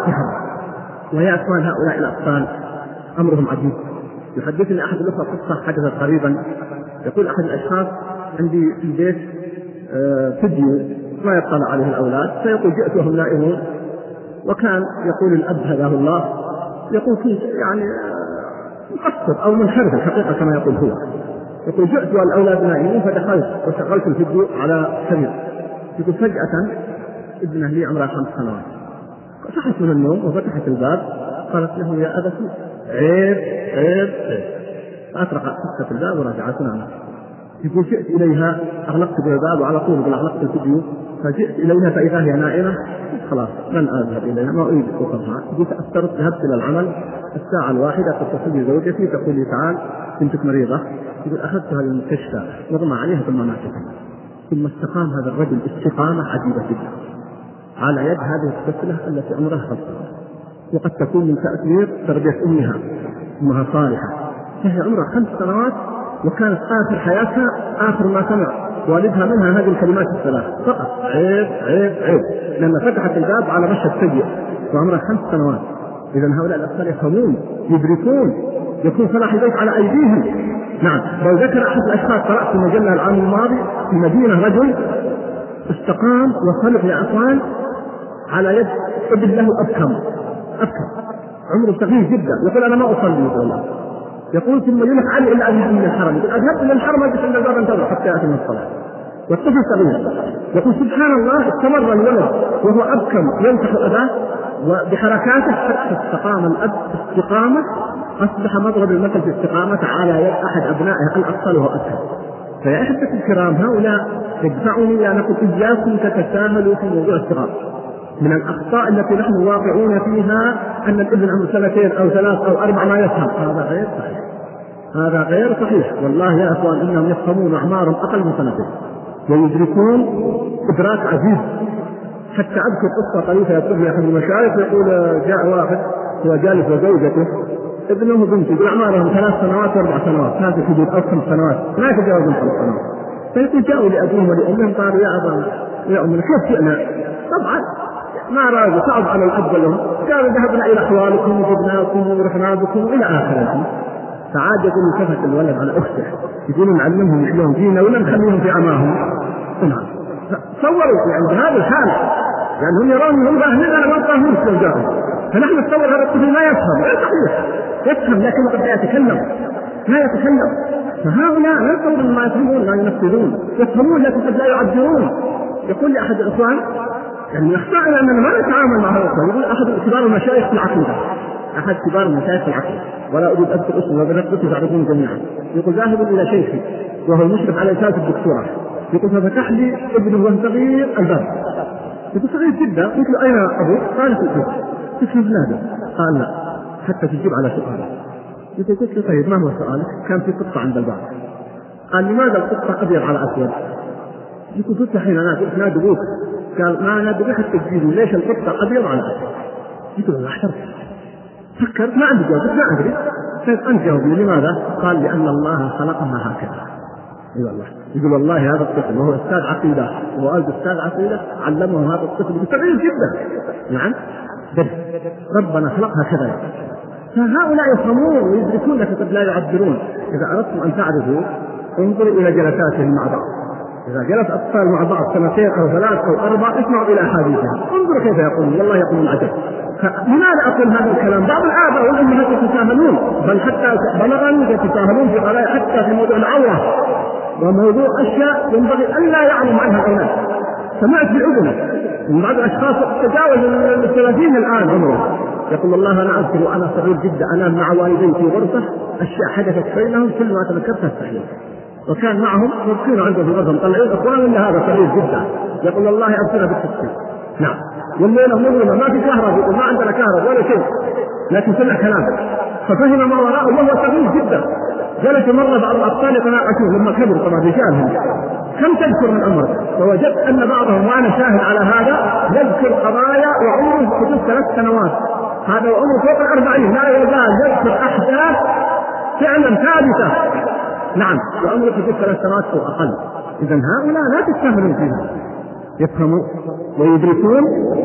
B: ويا أخوان هؤلاء الأطفال أمرهم عجيب. يحدثني أحد الأخوة قصة حدثت قريبا. يقول أحد الأشخاص عندي في البيت فيديو ما يطلع عليه الأولاد، فيقول جئت وهم نائمون، وكان يقول الأب هداه الله يقول كنت يعني مقصر أو منحرف الحقيقة كما يقول هو. يقول جئت والأولاد نائمون فدخلت وشغلت الفيديو على سرير. يقول فجأة ابنه لي عمره خمس سنوات صحت من النوم وفتحت الباب، قالت له يا أبتي عيب عيب عيب. فأطرقت فتحت الباب ورجعت نامت. يقول جئت إليها أغلقت الباب وعلى طول أغلقت الفيديو فجئت إليها فإذا هي نائمة، خلاص لن أذهب إليها، ما أريد أخذها. جئت أفترض ذهبت إلى العمل الساعة الواحدة، تتصل بي زوجتي تقول لي تعال بنتك مريضة، يقول أخذتها للمستشفى نغمى عليها ثم ماتت. ثم استقام هذا الرجل استقامة عجيبة جدا على يد هذه الطفلة التي أمرها خلصها، وقد تكون من تأثير تربية أمها، أمها صالحة، فهي عمرها خمس سنوات وكانت آخر حياتها آخر ما سمع والدها منها هذه الكلمات الثلاث فقط: عيب عيب عيب، لأن فتحت الباب على مشهد سيء وعمرها خمس سنوات. إذا هؤلاء الأطفال يفهمون يدركون، يكون صلاح البيت على أيديهم. نعم، لو ذكر أحد الأشخاص، قرأت في مجلة العام الماضي في مدينة رجل استقام وخلق يا أخوان على يد ابن له أبكم أبكم عمره صغير جدا، يقول أنا ما أصلي والله، يقول ثم يلح علي إلا أذهب من الحرم، يقول أذهب من الحرم أجلس عند الباب انتظر حتى يأتي من الصلاة، والطفل صغير. يقول سبحان الله استمر الولد وهو أبكم ينصح الأذان وبحركاته حتى استقام الأب استقامة أصبح مضرب المثل في استقامة على يد أحد أبنائه الأطفال وهو أبكم. فيا أحبتي الكرام، هؤلاء يدفعني أن أقول إياكم تتساهلوا في موضوع الصغار. من الأخطاء التي نحن واقعون فيها أن الابن عمره سنتين أو ثلاث أو أربع ما يفهم، هذا غير صحيح، هذا غير صحيح. والله يا أخوان إنهم يفهمون أعمارهم أقل من سنتين ويدركون إدراك عجيب. حتى أذكر قصة طريفة يذكر لي أحد المشايخ، يقول جاء واحد هو جالس وزوجته ابنه وبنته يقول أعمارهم ثلاث سنوات وأربع سنوات، هذه حدود أو خمس سنوات لا يتجاوزون خمس سنوات. فيقول جاءوا لأبوهم ولأمهم قالوا يا أبا يا أمنا كيف جئنا؟ طبعا ما راجوا صعب على الأب لهم، قالوا ذهبنا إلى أحوالكم وجبناكم ورحنا بكم إلى آخره. فعاد يقول التفت الولد على أخته يقولون نعلمهم مثلهم فينا ولا نخليهم في عماهم. تصوروا يعني هذا الحال، يعني هم يرون هم فاهمين أنا ما فاهمين استرجاعهم، فنحن نتصور هذا الطفل ما يفهم. لا صحيح يفهم لكن قد لا يتكلم لا يتكلم. فهؤلاء لا يتصورون ما يفهمون لا ينفذون، يفهمون لكن قد لا يعبرون. يقول لي أحد الإخوان يعني يخطئنا أننا ما نتعامل مع هذا الإخوان، يقول أحد كبار المشايخ في العقيدة أحد كبار المشايخ في العقيدة ولا أريد أذكر اسمه وبنفسه تعرفون جميعا، يقول ذاهب إلى شيخي وهو المشرف على رسالة الدكتوراه، يقول ففتح لي ابنه وهو صغير الباب، يقول صغير جدا، قلت له أين أبوك؟ قال في البيت. قلت له بلاده؟ قال لا، حتى تجيب على سؤاله. قلت له طيب ما هو سؤالك؟ كان في قطة عند الباب. قال لماذا القطة أبيض على أسود؟ يقول قلت حين أنا قلت نادي أبوك، قال ما نادي أبوك حتى تجيبه، ليش القطة أبيض على أسود؟ يقول الله احترت فكرت ما عندي جواب، ما أدري. طيب أنت جاوبني لماذا؟ قال لأن الله خلقها هكذا. اي والله يقول والله هذا الطفل وهو استاذ عقيده ووالد استاذ عقيده علمه هذا الطفل بصغير جدا. نعم بس ربنا خلقها كذا. فهؤلاء يفهمون ويدركون لكن قد لا يعبرون. اذا اردتم ان تعرفوا انظروا الى جلساتهم مع بعض، اذا جلس اطفال مع بعض سنتين او ثلاث او اربع اسمعوا الى احاديثهم، انظروا كيف يقولون، والله يقولون عجب. فلماذا اقول هذا الكلام؟ بعض الاباء والامهات يتساهلون، بل حتى بلغني يتساهلون في قضايا حتى في موضوع العوره وموضوع أشياء ينبغي أن لا يعلم عنها الأولاد. سمعت بأذنه من بعض الأشخاص تجاوز الثلاثين الآن عمره يقول الله أنا أذكر وأنا صغير جدا أنا مع والدي في غرفة أشياء حدثت بينهم كل ما تذكرتها استحيل، وكان معهم يبكون عنده في غرفة مطلعين أخوان إلا هذا صغير جدا يقول الله أذكرها بالتفصيل. نعم والليلة مظلمة ما في كهرباء يقول ما عندنا كهرباء ولا شيء، لكن سمع كلامه ففهم ما وراءه وهو صغير جدا. جلس مرة بعض الأطفال يتناقشون لما كبروا طبعا رجالهم كم تذكر من عمرك؟ فوجدت أن بعضهم وأنا شاهد على هذا يذكر قضايا وعمره حدود ثلاث سنوات، هذا وعمره فوق الأربعين لا يزال يذكر أحداث فعلا ثابتة. نعم وعمره حدود ثلاث سنوات أو أقل. إذا هؤلاء لا تستهلون فيها، يفهمون ويدركون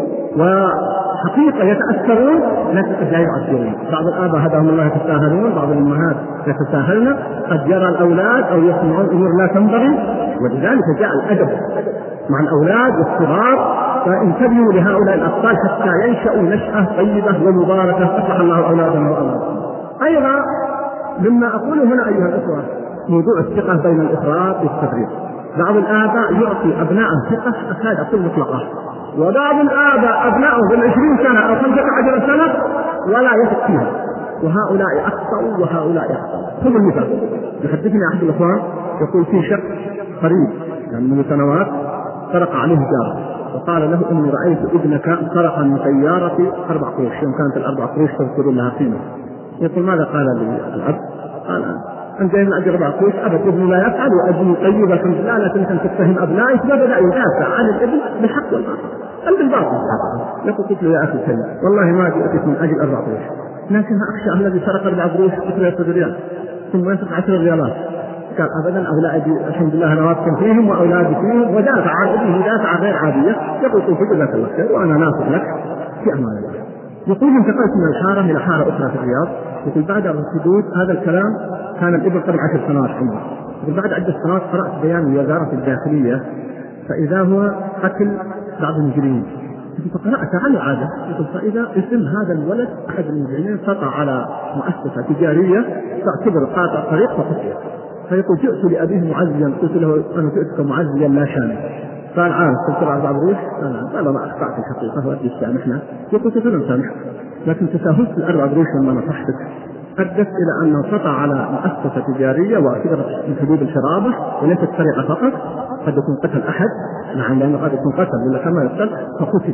B: وحقيقة يتأثرون لكن قد لا يؤثرون. بعض الآباء هداهم الله يتساهلون، بعض الأمهات يتساهلن، قد يرى الأولاد أو يسمعون أمور لا تنبغي، ولذلك جاء الأدب مع الأولاد والصغار. فانتبهوا لهؤلاء الأطفال حتى ينشأوا نشأة طيبة ومباركة أصلح الله أولادنا وأولادنا. أيضا مما أقوله هنا أيها الأخوة موضوع الثقة بين الإفراط والتفريط. بعض الآباء يعطي أبنائه ثقة أكاد أقول مطلقة، وبعض الآباء أبنائه بالعشرين سنة أو خمسة عشر سنة ولا يثق فيها، وهؤلاء أخطأوا وهؤلاء أخطأوا. خذوا المثال، يحدثني أحد الأخوان يقول في شخص قريب يعني من سنوات سرق عليه جار، وقال له إني رأيت ابنك سرق من سيارتي أربع قروش، يوم كانت الأربع قروش تذكر لها قيمة. يقول ماذا قال لي الأب؟ قال أنت من أجل أربع قروش أبت ابني لا يفعل وأبني طيب الحمد لله، لا تمكن تتهم أبنائك. فبدأ يدافع عن الابن بالحق والباطل، قلب الباطل. يقول قلت له يا أخي الكريم والله ما جئتك من أجل أربع قروش، لكن أخشى الذي سرق أربع قروش قلت له يأخذ ريال ثم يسرق عشر ريالات. قال أبدا أولادي الحمد لله أنا واثق فيهم وأولادي فيهم، ودافع عن ابنه دافع غير عادية. يقول قلت جزاك الله خير وأنا ناصح لك في أمان الله. يقول انتقلت من الحارة إلى حارة أخرى في الرياض. يقول بعد الحدود هذا الكلام كان الابن قبل عشر سنوات عمره. يقول بعد عدة سنوات قرأت بيان وزارة الداخلية فإذا هو قتل بعض المجرمين. فقرأت عن عادة. يقول فإذا اسم هذا الولد أحد المجرمين سطع على مؤسسة تجارية تعتبر قاطع طريق فقتل. فيقول جئت لأبيه معزيا، قلت له أنا جئتك معزيا لا شان. قال عارف قلت له أربع قروش؟ قال ما أخطأت الحقيقة وأدي سامحنا. يقول قلت له سامح، لكن تساهلت الأربع قروش لما نصحتك أدت إلى أنه سطع على مؤسسة تجارية واعتبرت من حدود الشرابة وليست سرقة فقط، قد يكون قتل أحد، نعم لأنه قد يكون قتل ولا كما يقتل فقتل.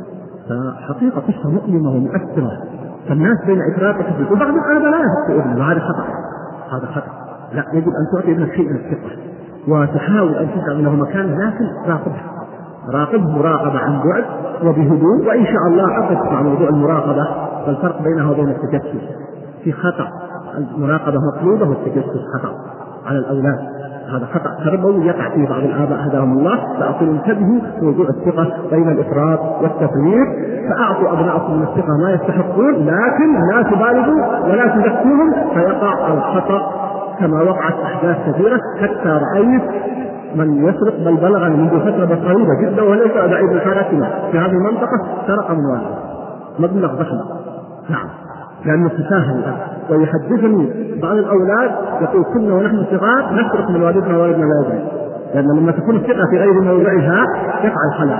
B: فحقيقة قصة مؤلمة ومؤثرة. فالناس بين إفراط وتفريط، وبعض الآباء لا يحب ابنه وهذا خطأ، هذا خطأ. لا، يجب أن تعطي ابنك شيء من الثقة وتحاول أن تجعل له مكان، لكن راقبه راقبه مراقبة عن بعد وبهدوء. وإن شاء الله أقف مع موضوع المراقبة والفرق بينه وبين التجسس. في خطأ المراقبة مطلوبة والتجسس خطأ على الأولاد، هذا خطأ تربوي يقع فيه بعض الآباء هداهم الله. فأقول انتبهوا في موضوع الثقة بين الإفراط والتفريط، فأعطوا أبنائكم من الثقة ما يستحقون، لكن لا تبالغوا ولا تذكوهم فيقع الخطأ كما وقعت أحداث كثيرة. حتى رأيت من يسرق بل بلغني منذ فترة قريبة جدا وليس بعيد الحارتنا في هذه المنطقة سرق من والده مبلغ ضخم، نعم لأنه تساهل. ويحدثني بعض الأولاد يقول كنا ونحن صغار نسرق من والدنا ووالدنا لا يدري، لأن لما تكون الثقة في غير موضعها يقع الخلل.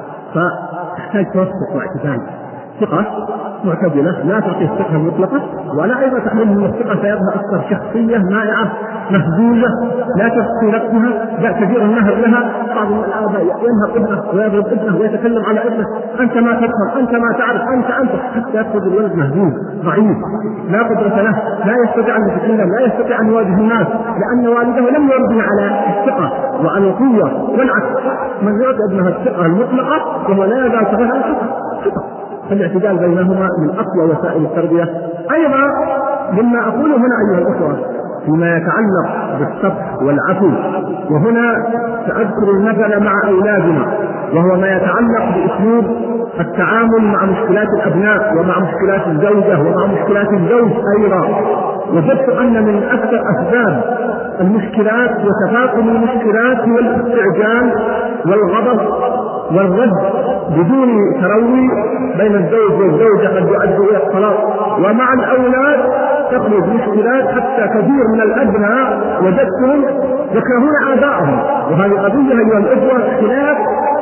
B: فتحتاج توسط واعتدال. ثقة معتدلة لا تعطي الثقة المطلقة، ولا أيضا تحمل من الثقة فيظهر أكثر شخصية مائعة مهزوزة لا تخفي نفسها، لا كثير النهر لها. بعض الآباء ينهر ابنه ويضرب ابنه ويتكلم على ابنه أنت ما تفهم أنت ما تعرف أنت أنت حتى يأخذ الولد مهزوز ضعيف لا قدرة له، لا يستطيع أن يتكلم، لا يستطيع أن يواجه الناس، لأن والده لم يربه على الثقة وعلى القوة. والعكس من يعطي ابنه الثقة المطلقة وهو لا يزال صغيرا الثقة. فالاعتدال بينهما من أقوى وسائل التربية. أيضا مما أقوله هنا أيها الأخوة فيما يتعلق بالصبر والعفو، وهنا سأذكر المثل مع أولادنا وهو ما يتعلق بأسلوب التعامل مع مشكلات الأبناء ومع مشكلات الزوجة ومع مشكلات الزوج أيضا. وجدت أن من أكثر أسباب المشكلات وتفاقم المشكلات هو الاستعجال والغضب والرد بدون تروي بين الزوج والزوجة قد يؤدي إلى الطلاق. ومع الأولاد تخرج مشكلات حتى كثير من الأبناء وجدتهم يكرهون آبائهم، وهذه قضية أيها الأخوة خلاف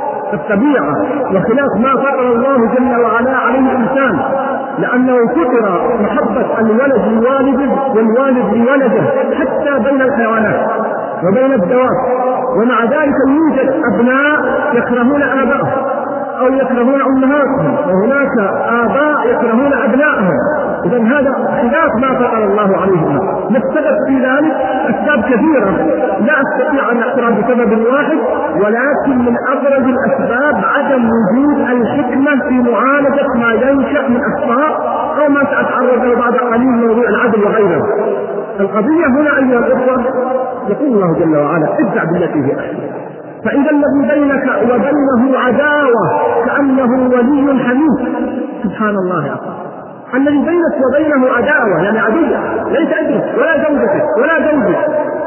B: الطبيعة وخلاف ما فطر الله جل وعلا عليه الإنسان، لأنه فطر محبة الولد لوالده والوالد لولده حتى بين الحيوانات وبين الدواب. ومع ذلك يوجد أبناء يكرهون آبائهم أو يكرهون أمهاتهم، وهناك آباء يكرهون أبنائهم. إذن هذا خلاف ما فطر الله عليهم. السبب في ذلك أسباب كثيرة لا أستطيع أن أقرأ بسبب واحد، ولكن من أبرز الأسباب عدم وجود الحكمة في معالجة ما ينشأ من أخطاء أو ما سأتعرض له بعد قليل موضوع العدل وغيره. القضية هنا أيها الأخوة يقول الله جل وعلا ادفع بالتي هي أحسن، فإذا الذي بينك وبينه عداوة كأنه ولي حميم. سبحان الله يا أخي، الذي بينك وبينه عداوة يعني عدوة ليس ابنك ولا زوجتك ولا زوجك،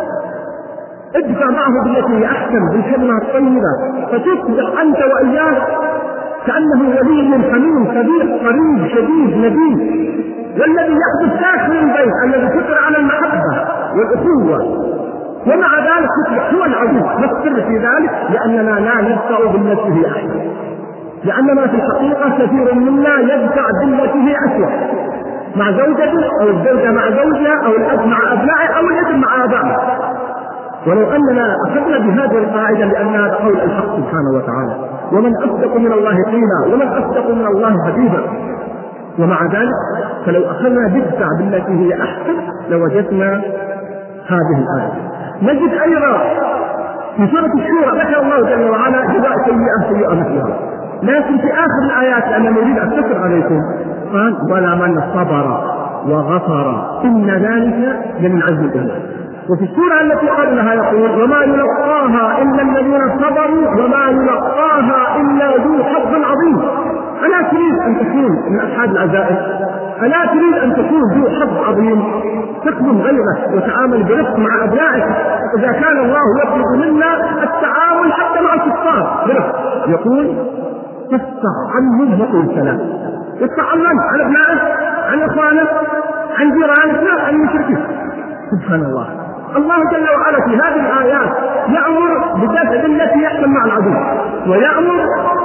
B: ادفع معه بالتي هي أحسن بالكلمة الطيبة فتصبح أنت وإياه كأنه ولي حميم كبير قريب شديد نبيل. والذي يحدث داخل البيت الذي فطر على المحبة والأخوة ومع ذلك تصبح هو العدو. نفكر في ذلك لأننا لا ندفع بالتي هي أحسن، لأننا في الحقيقة كثير منا يدفع بالتي هي أسوأ مع زوجته أو الزوجة مع زوجها أو الأب مع أبنائه أو الابن مع آبائه. ولو أننا أخذنا بهذه القاعدة لأن هذا قول الحق سبحانه وتعالى، ومن أصدق من الله قيلا ومن أصدق من الله حديثا، ومع ذلك فلو أخذنا بدفع بالتي هي أحسن لوجدنا هذه الآية. نجد أيضا في سورة الشورى ذكر الله جل وعلا جزاء سيئة سيئة مثلها، لكن في آخر الآيات أنا نريد أن أذكر عليكم قال ولا من صبر وغفر إن ذلك لمن عزم الأمور. وفي السورة التي قبلها يقول وما يلقاها إلا الذين صبروا وما يلقاها إلا ذو حظ عظيم. ألا تريد أن تكون من أصحاب العزائم؟ ألا تريد أن تكون ذو حظ عظيم؟ تخدم غيرك وتعامل برفق مع أبنائك. إذا كان الله يطلب منا التعامل حتى مع الكفار برفق، يقول تفتح عنهم وقل سلام. يفتح عنهم عن أبنائك، عن إخوانك، عن جيرانك، لا عن المشركين. سبحان الله، الله جل وعلا في هذه الآيات يأمر بدفع التي يحصل مع العدو، ويأمر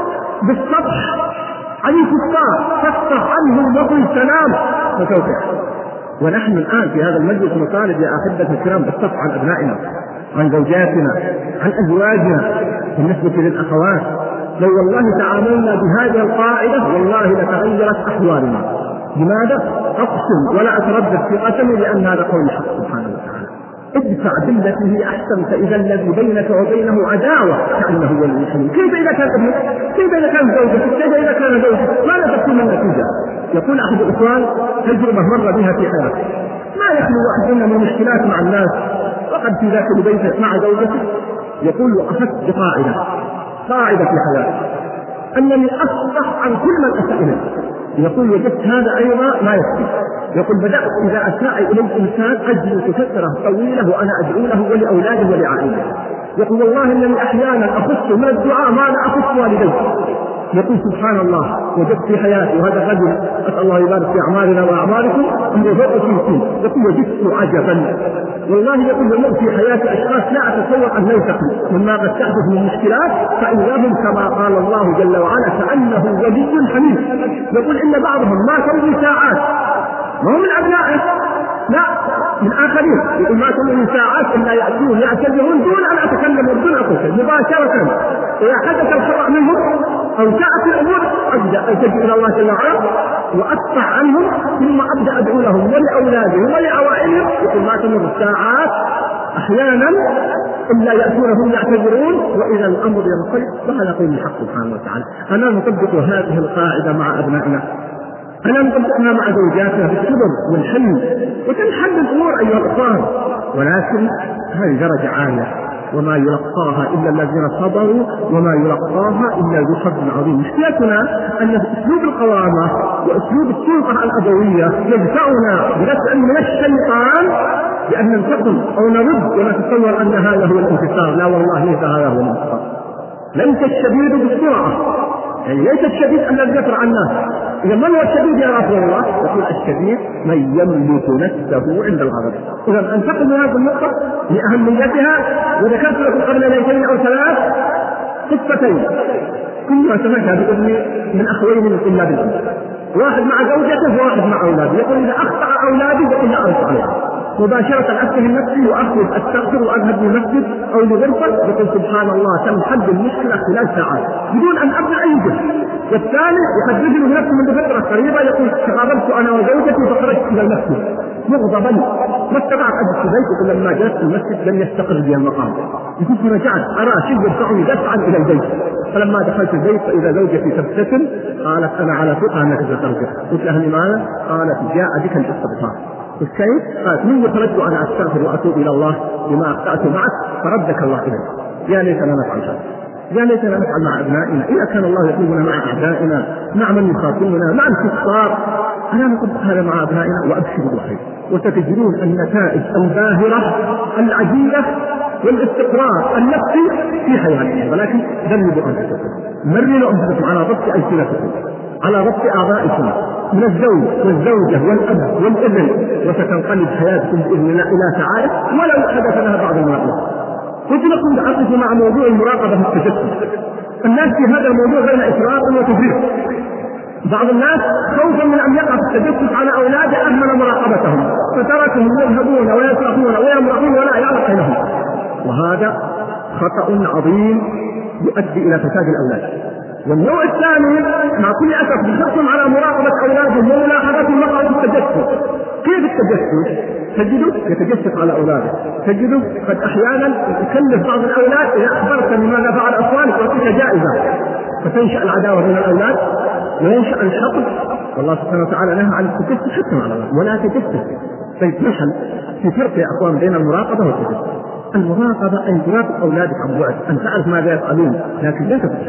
B: بالصفح عن الكفار، تفتح عنهم وقل سلام وتوفيق. ونحن الآن في هذا المجلس نطالب يا أحبة الكرام بالصفح عن أبنائنا، عن زوجاتنا، عن أزواجنا. بالنسبة للأخوات لو والله تعاملنا بهذه القاعدة والله لتغيرت أحوالنا. لماذا؟ أقسم ولا أتردد في قسمي لأن هذا قول الحق سبحانه وتعالى. ادفع بالتي هي أحسن فإذا الذي بينك وبينه عداوة كأنه ولي حميم. كيف إذا كان ابنك؟ كيف إذا كان زوجك؟ كيف إذا كان زوجك؟ ماذا تكون النتيجة؟ يقول أحد الإخوان تجربة مر بها في حياته، ما يخلو واحد منا من مشكلات مع الناس، وقد في ذاك البيت مع زوجته يقول أخذت بقاعدة قاعدة في حياتي أنني أصفح عن كل من أساء إليه. يقول وجدت هذا أيضا ما يكفي. يقول بدأت إذا أساء إلى الإنسان أجلس فترة طويلة وأنا أدعو له ولأولاده ولعائلته. يقول والله إنني أحيانا أخص من الدعاء ما لا أخص والديه. يقول سبحان الله وجدت في حياتي وهذا الرجل أسأل الله يبارك في أعمالنا وأعمالكم أمر فوق الخمسين. يقول وجدت عجبا والله. يقول يمر في حياتي أشخاص لا أتصور أن ينتقل مما قد تحدث من مشكلات فإذا هم كما قال الله جل وعلا كأنه ولي حميد. يقول إن بعضهم ما تمضي ساعات، ما هو من أبنائه لا من آخرين، يقول ما تمضي ساعات إلا يأتون يعتذرون دون أن أتكلم بدون أقول مباشرة. إذا حدث الخطأ منهم أو جاءت الأمور أبدأ ألتجئ إلى الله جل وعلا وأقطع عنهم ثم أبدأ أدعو لهم ولأولادهم ولأوائلهم. يقول ما تمر الساعات أحيانا إلا يأتونهم يعتذرون وإذا الأمر ينقلب. وهذا قول الحق سبحانه وتعالى. أنا نطبق هذه القاعدة مع أبنائنا، أنا نطبقها مع زوجاتنا بالصبر والحلم وتنحل الأمور أيها الأخوان. ولكن هذه درجة عالية وما يلقاها إلا الذين صبروا وما يلقاها إلا ذو حظ عظيم. مشكلتنا أن أسلوب القوامة وأسلوب السلطة الأبوية يدفعنا بدفع من الشيطان بأن ننتقم أو نرد ونتصور أن هذا هو الانتصار. لا والله ليس هذا هو الانتصار. ليس الشديد بالسرعة، يعني ليس الشديد الذي يفرع الناس. إذا من هو الشديد يا رسول الله؟ يقول الشديد من يملك نفسه عند الغضب. إذا أنتقل من هذه النقطة لأهميتها. وذكرت لكم قبل ليلتين أو ثلاث قصتين كلها سمعتها بإذن من أخوين من طلاب العلم، واحد مع زوجته وواحد مع أولاده. يقول إذا أخطأ أولادي يقول لا أرد عليه مباشرة أتهم نفسي وأخرج أستغفر وأذهب للمسجد أو لغرفة. يقول سبحان الله تنحل المشكلة خلال ساعات بدون أن أبدأ أي جهد. والثاني يحدثني بنفسه منذ فترة قريبة يقول تقابلت أنا وزوجتي فخرجت إلى المسجد مغضبا ما استطعت أجلس في بيتي. لما جلست في المسجد لم يستقر بي المقام. يقول فرجعت أرى شيء يدفعني دفعا إلى البيت. فلما دخلت البيت فإذا زوجتي تبتسم قالت أنا على ثقة أنك سترجع. قلت لها لماذا؟ قالت جاء بك الاستغفار. كيف؟ قالت منذ خرجت أنا أستغفر وأتوب إلى الله بما أخطأت معك فردك الله إليك. يا ليتنا نفعل هذا، يا ليتنا نفعل مع أبنائنا. إذا كان الله يطلبنا مع أعدائنا مع من يخاطبنا مع الكفار أنا نطبق هذا مع أبنائنا وأبشروا بالخير وستجدون النتائج الباهرة العجيبة والاستقرار النفسي في حياتنا. ولكن دربوا أنفسكم، مرنوا أنفسكم على ضبط ألسنتكم، على ضبط أعضائكم من الزوج والزوجة والأب والابن، وستنقلب حياتكم بإذن الله إلى سعادة ولو حدث لها بعض المراقبة. قلت لكم تعرف مع موضوع المراقبة في التجسس. الناس في هذا الموضوع بين إفراط وتفريط. بعض الناس خوفا من أن يقع في التجسس على أولاده أهمل مراقبتهم فتركهم يذهبون ويسرقون ويمرقون ولا يعرف لهم. وهذا خطأ عظيم يؤدي إلى فساد الأولاد. والنوع الثاني مع كل أسف بحرصهم على مراقبة أولادهم وملاحظة المقعد التجسس. كيف التجسس؟ تجده يتجسس على أولاده، تجده قد أحيانا يكلف بعض الأولاد إذا أخبرت بماذا فعل أخوانك يعطيك جائزة، فتنشأ العداوة بين الأولاد وينشأ الحقد. والله سبحانه وتعالى نهى عن التجسس حتى مع الأولاد، ولا تجسس. طيب نحن في فرق يا أخوان بين المراقبة والتجسس. المراقبة أن تراقب أولادك عن بعد، أن تعرف ماذا يفعلون، لكن لا تتجسس.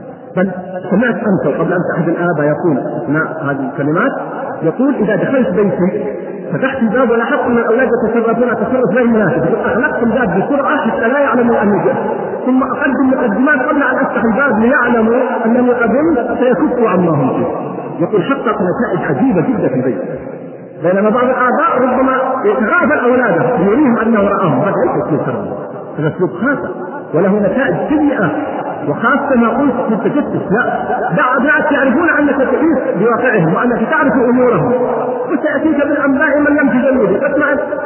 B: بل سمعت أنت قبل أن أحد الآباء يقول أثناء هذه الكلمات، يقول إذا دخلت بيتي فتحت الباب ولاحظت أن الأولاد يتصرفون تصرف غير مناسب، أغلقت الباب بسرعة حتى لا يعلموا أني جئت، ثم أقدم مقدمات قبل أن أفتح الباب ليعلموا أنني قدمت فيكفوا عما هم فيه. يقول حقق نتائج عجيبة جدا في البيت. بينما بعض الآباء ربما يتغافل أولاده يريهم أنه رآهم، هذا ليس اسلوب تربوي، هذا اسلوب خاطئ وله نتائج سيئة، وخاصة ما قلت في التجسس. لا، دع أبنائك يعرفون أنك تعيش بواقعهم وأنك تعرف أمورهم، وسيأتيك بالأنباء من لم تجلده. تسمع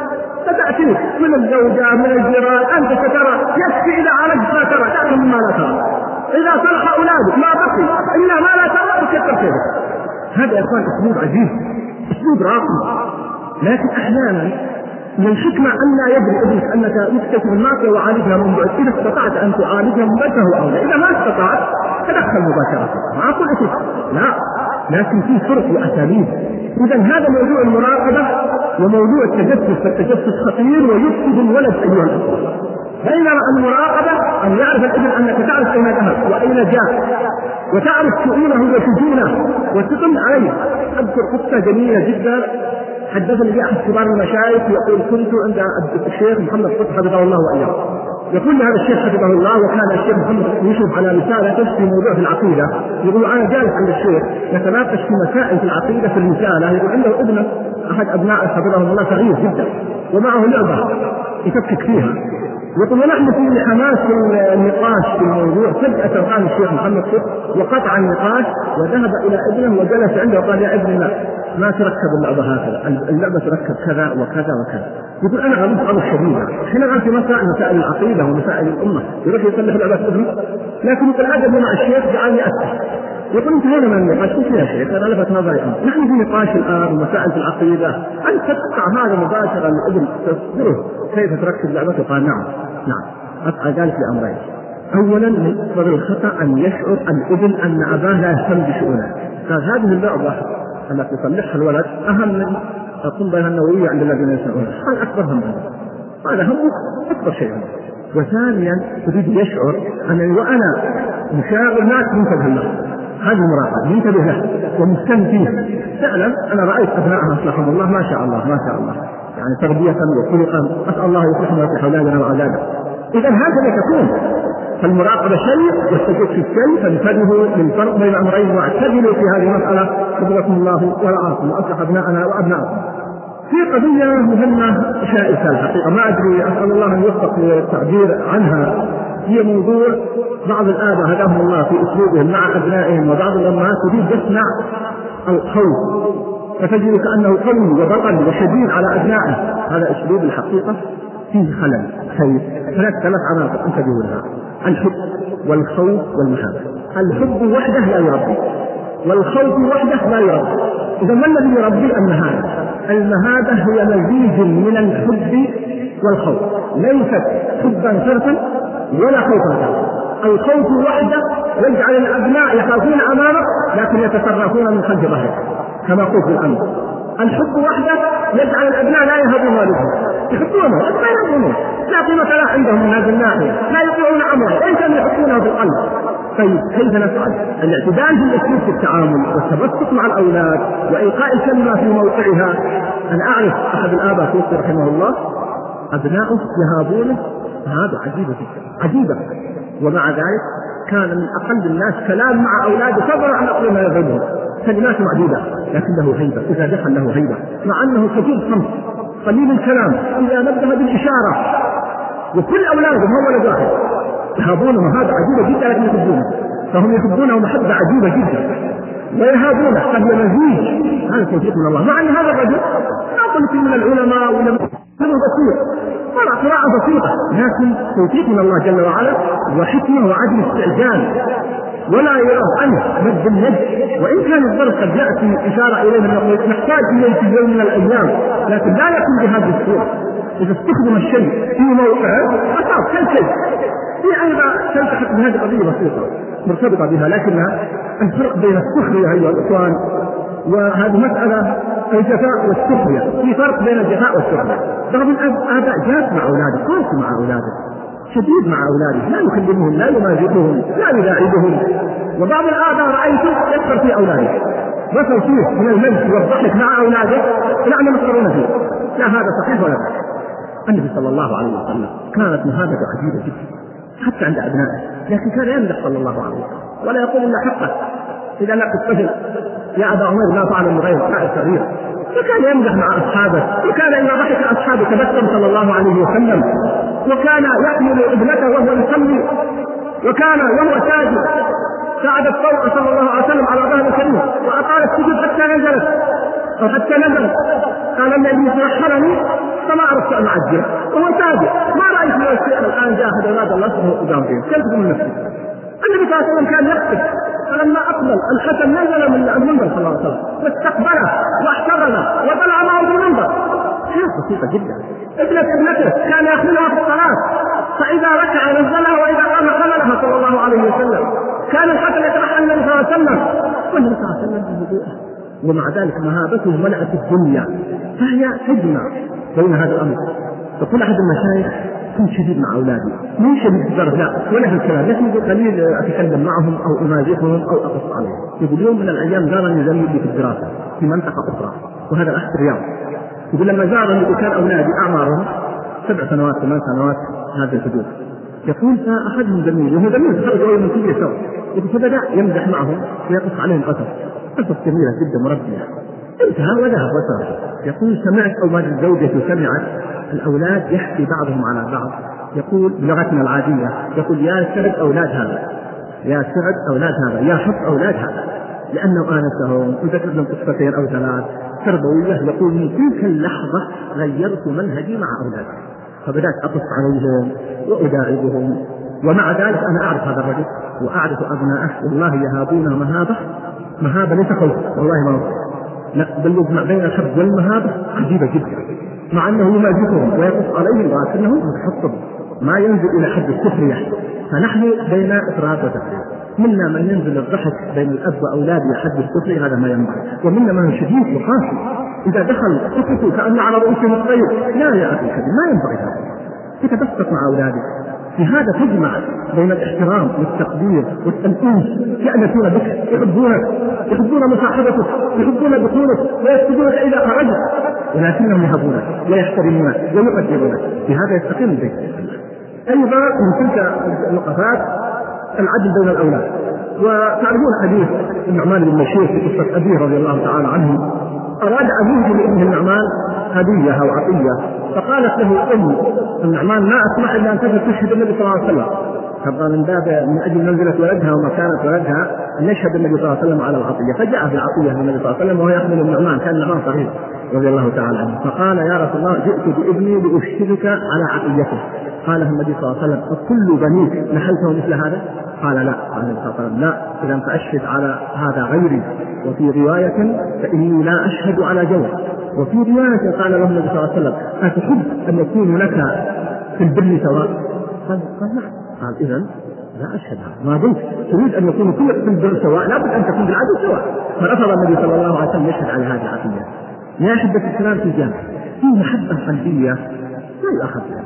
B: ستأتيك من الزوجة من الجيران، أنت سترى، يكفي إذا عالجت ما ترى تأخذ ما لا ترى، إذا صلح أولادك ما بقي إلا ما لا ترى تكثر خيرك. هذا يا أخوان أسلوب عجيب، أسلوب راقي. لكن أحيانا من الحكمة أن لا يدري ابنك أنك مكتشف المعصية وعالجها من بعد. إذا استطعت أن تعالجها من بعد فهو أولى، إذا ما استطعت تدخل مباشرة. ما أقول إيش لا، لكن في فرق وأساليب. إذا هذا موضوع المراقبة وموضوع التجسس، فالتجسس خطير ويفسد الولد أيها الأخوة. بينما المراقبة أن يعرف الابن أنك تعرف أين ذهب وأين جاء، وتعرف شؤونه وشجونه وتقم عليه. أذكر قصة جميلة جدا حدثني بها أحد كبار المشايخ، يقول كنت عند الشيخ محمد قطب حفظه الله وإياه. يقول لي هذا الشيخ حفظه الله، وكان الشيخ محمد يشرف على رسالة في موضوع في العقيدة. يقول أنا جالس عند الشيخ نتناقش في مسائل في العقيدة في الرسالة. يقول عنده ابنه أحد أبنائه حفظه الله صغير جدا ومعه لعبة يفكك فيها. يقول ونحن في حماس النقاش في الموضوع، فجأة قام الشيخ محمد قطب وقطع النقاش وذهب إلى ابنه وجلس عنده وقال يا ابني لا ما تركب اللعبة هكذا، اللعبة تركب كذا وكذا وكذا. يقول أنا غلطت غلط شديدة حينما في مسائل مسائل العقيدة ومسائل الأمة يروح يصلح لعبة ابنه. لكن يقول أدبي مع الشيخ جعلني أسكت. يقول انتهينا من النقاش. قلت يا شيخ أنا لفت نظري أمر، نحن في نقاش الآن ومسائل في العقيدة، أن تقطع هذا مباشرة للابن تصدره كيف تركب لعبته؟ قال نعم نعم أفعل ذلك لأمرين. أولا من أكبر الخطأ أن يشعر الابن أن أباه لا يهتم بشؤونه. قال هذه اللعبة التي يصلحها الولد أهم من القنبلة النووية عند الذين يسمعون، هذا أكبر هم، هذا هم أكبر شيء. وثانيا يريد يشعر أنني وأنا مشاغل الناس منتبه له، هذه مراقبة منتبه له ومهتم فيه. فعلا أنا رأيت أبنائها أصلحهم الله ما شاء الله ما شاء الله، يعني تربية وخلقا، أسأل الله يصلحنا ويصلح أولادنا وأولادنا. إذا هكذا تكون. فالمراقبة شيء والتجسس شيء، فانتبهوا للفرق بين أمرين واعتدلوا في هذه المسألة حفظكم الله ورعاكم وأصلح أبناءنا وأبناءكم. في قضية مهمة شائكة الحقيقة، ما أدري، أسأل الله أن يوفق للتعبير عنها. هي موضوع بعض الآباء هداهم الله في أسلوبهم مع أبنائهم وبعض الأمهات تريد يصنع الخوف، فتجد كأنه قوي وبطل وشديد على أبنائه. هذا أسلوب الحقيقة فيه خلل. كيف؟ ثلاث ثلاث عناصر انتبهوا لها: الحب والخوف والمحبة. الحب وحده لا يربي، والخوف وحده لا يربي. إذا ما الذي يربي؟ المهابة. المهابة هي مزيج من الحب والخوف، ليست حبا صرفا ولا خوفا صرفا. الخوف وحده يجعل الأبناء يخافون أمامه لكن يتصرفون من خلف ظهره كما قلت بالأمس. الحب وحده يجعل الأبناء لا يهابون والدهم، يحبونه لا يهابونه، لا قيمة له عندهم من هذه الناحية، لا يطيعون أمره، ليس أن يحبونه في القلب. طيب كيف نفعل؟ الاعتدال في الأسلوب في التعامل والتبسط مع الأولاد وإلقاء الكلمة في موقعها. أنا أعرف أحد الآباء توفي رحمه الله أبناؤه يهابونه، هذا عجيبة جدا عجيبة، ومع ذلك كان من أقل الناس كلام مع أولاده فضلا عن أقل ما يغيبهم، كلمات معدودة لكن له هيبة، إذا دخل له هيبة، مع أنه كثير صمت قليل الكلام، إذا نبه بالإشارة. وكل أولادهم هم ولد واحد يهابونه، هذا عجيبة جدا لكن يحبونه، فهم يحبونه محبة عجيبة جدا ويهابونه، قد يمزيج. هذا توفيق من الله. مع أن هذا الرجل ما قلت من العلماء ولا من بصير، ما قراءة بسيطة لكن توفيق من الله جل وعلا وحكمة وعدل استعجال ولا يراه عنه مد النجم. وإن كان الظرف قد يأتي إشارة إليه من يقول نحتاج إليه في يوم من الأيام، لكن لا يكون بهذه الصورة. إذا استخدم الشيء في موقعه أصاب كل شيء. في أيضا تلتحق بهذه قضية بسيطة مرتبطة بها، لكنها الفرق بين السخرية أيها الإخوان، وهذه مسألة الجفاء والسخرية. في فرق بين الجفاء والسخرية. بعض الآباء جاف مع أولاده، قاسي مع أولاده، شديد مع أولاده، لا يكلمهم، لا يمازحهم، لا يلاعبهم. وبعض الآباء رأيته يسخر في أولاده، وصل فيه من المجد والضحك مع أولاده لا يمسخرون فيه. لا هذا صحيح ولا لا. النبي صلى الله عليه وسلم كانت مهابة عجيبة جدا حتى عند أبنائه، لكن كان يمدح صلى الله عليه وسلم ولا يقول إلا حقه. إذا لقى الطفل يا أبا عمر ما فعل من غير قائد صغير، وكان يمدح مع أصحابه، وكان إذا ضحك أصحابه تبسم صلى الله عليه وسلم، وكان يحمل ابنته وهو يصلي، وكان وهو ساجد ساعد الطوع صلى الله عليه وسلم على ظهر الكريم وأطال السجود حتى نزلت أو حتى نزل. قال الذي سيحرني فما أردت أن أعجل وهو ساجد، ما رأيت من الشيء الآن جاهد أولاد الله سبحانه قدام فيه كيف من نفسه. النبي صلى الله عليه وسلم كان يقصد، فلما أقبل الحسن نزل من المنبر صلى الله عليه وسلم واستقبله واحتضنه وطلع معه في المنبر. حياة بسيطة جدا. ابنة ابنته كان يأخذها في الصلاة، فإذا ركع نزلها وإذا قام خللها صلى الله عليه وسلم. كان الحسن يترحم النبي صلى الله عليه وسلم والنبي صلى الله عليه وسلم بهدوءه، ومع ذلك مهابته ملأت الدنيا. فهي تجمع بين هذا الأمر. فكل أحد المشايخ كنت شديد مع أولادي، مو شديد بالضرب لا ولا هالكلام، لكن قليل أتكلم معهم أو أمازحهم أو أقص عليهم. يقول يوم من الأيام زارني زميلي في الدراسة في منطقة أخرى، وهذا الأخ في الرياض. يقول لما زارني كان أولادي أعمارهم سبع سنوات ثمان سنوات هذا الحدود. يقول فأحدهم زميلي وهو زميل خرج أول من كل سوا، يقول فبدأ يمزح معهم ويقص عليهم قصص قصص جميلة جدا مربية. انتهى وذهب وسار. يقول سمعت أو الزوجة سمعت الأولاد يحكي بعضهم على بعض، يقول بلغتنا العادية، يقول يا سعد أولاد هذا، يا سعد أولاد هذا، يا حب أولاد هذا، لأنه آنسهم وذكر لهم قصتين أو ثلاث تربوية. يقول من تلك اللحظة غيرت منهجي مع أولادي، فبدأت أقص عليهم وأداعبهم. ومع ذلك أنا أعرف هذا الرجل وأعرف أبنائه والله يهابون مهابة مهابة ليس خوف والله ما هو، لا بل يجمع بين الحب والمهابة عجيبة جدا، مع أنه يمازحهم ويقص عليهم ولكنه متحطم ما ينزل إلى حد السخرية. فنحن بين إفراط وتفريط، منا من ينزل الضحك بين الأب وأولاده حد السخرية هذا ما ينبغي، ومنا من شديد وقاسي إذا دخل سكتوا كأن على رؤوسهم الطير. لا يا أخي الكريم ما ينبغي هذا. تتبسط مع أولادك في هذا، تجمع بين الاحترام والتقدير والتنقيس، يأنسون بك، يحبونك، يحبون مصاحبتك، يحبون دخولك ويسجدونك إذا خرجت، ولكنهم يهبونك ويحترمونك ويقدرونك. بهذا يستقيم البيت. أيضا من تلك الوقفات العدل بين الأولاد. وتعرفون حديث النعمان بن بشير في قصة أبيه رضي الله تعالى عنه، أراد أن يهدي لابنه النعمان هدية أو عطية، فقالت له أم النعمان ما أسمح إلا أن تذهب تشهد النبي صلى الله عليه وسلم. فقال من باب من أجل منزلة ولدها ومكانة ولدها أن يشهد النبي صلى الله عليه وسلم على العطية. فجاء في العطية من النبي صلى الله عليه وسلم وهو يحمل النعمان، كان النعمان صغير رضي الله تعالى عنه. فقال يا رسول الله جئت بابني لأشهدك على عطيته. قال النبي صلى الله عليه وسلم كل بنيك نحلته مثل هذا؟ قال لا. قال النبي صلى الله عليه وسلم لا، إذا فأشهد على هذا غيري. وفي رواية فإني لا أشهد على جور. وفي رواية قال له النبي صلى الله عليه وسلم أتحب أن يكون لك في البر سواء؟ قال قال نعم. قال إذا لا أشهد ما دمت تريد أن يكون كل في البر سواء لابد أن تكون بالعدل سواء. فرفض النبي صلى الله عليه وسلم يشهد على هذه العطية. يا أحبة الكلام في الجامع في محبة قلبية لا يؤخذ بها،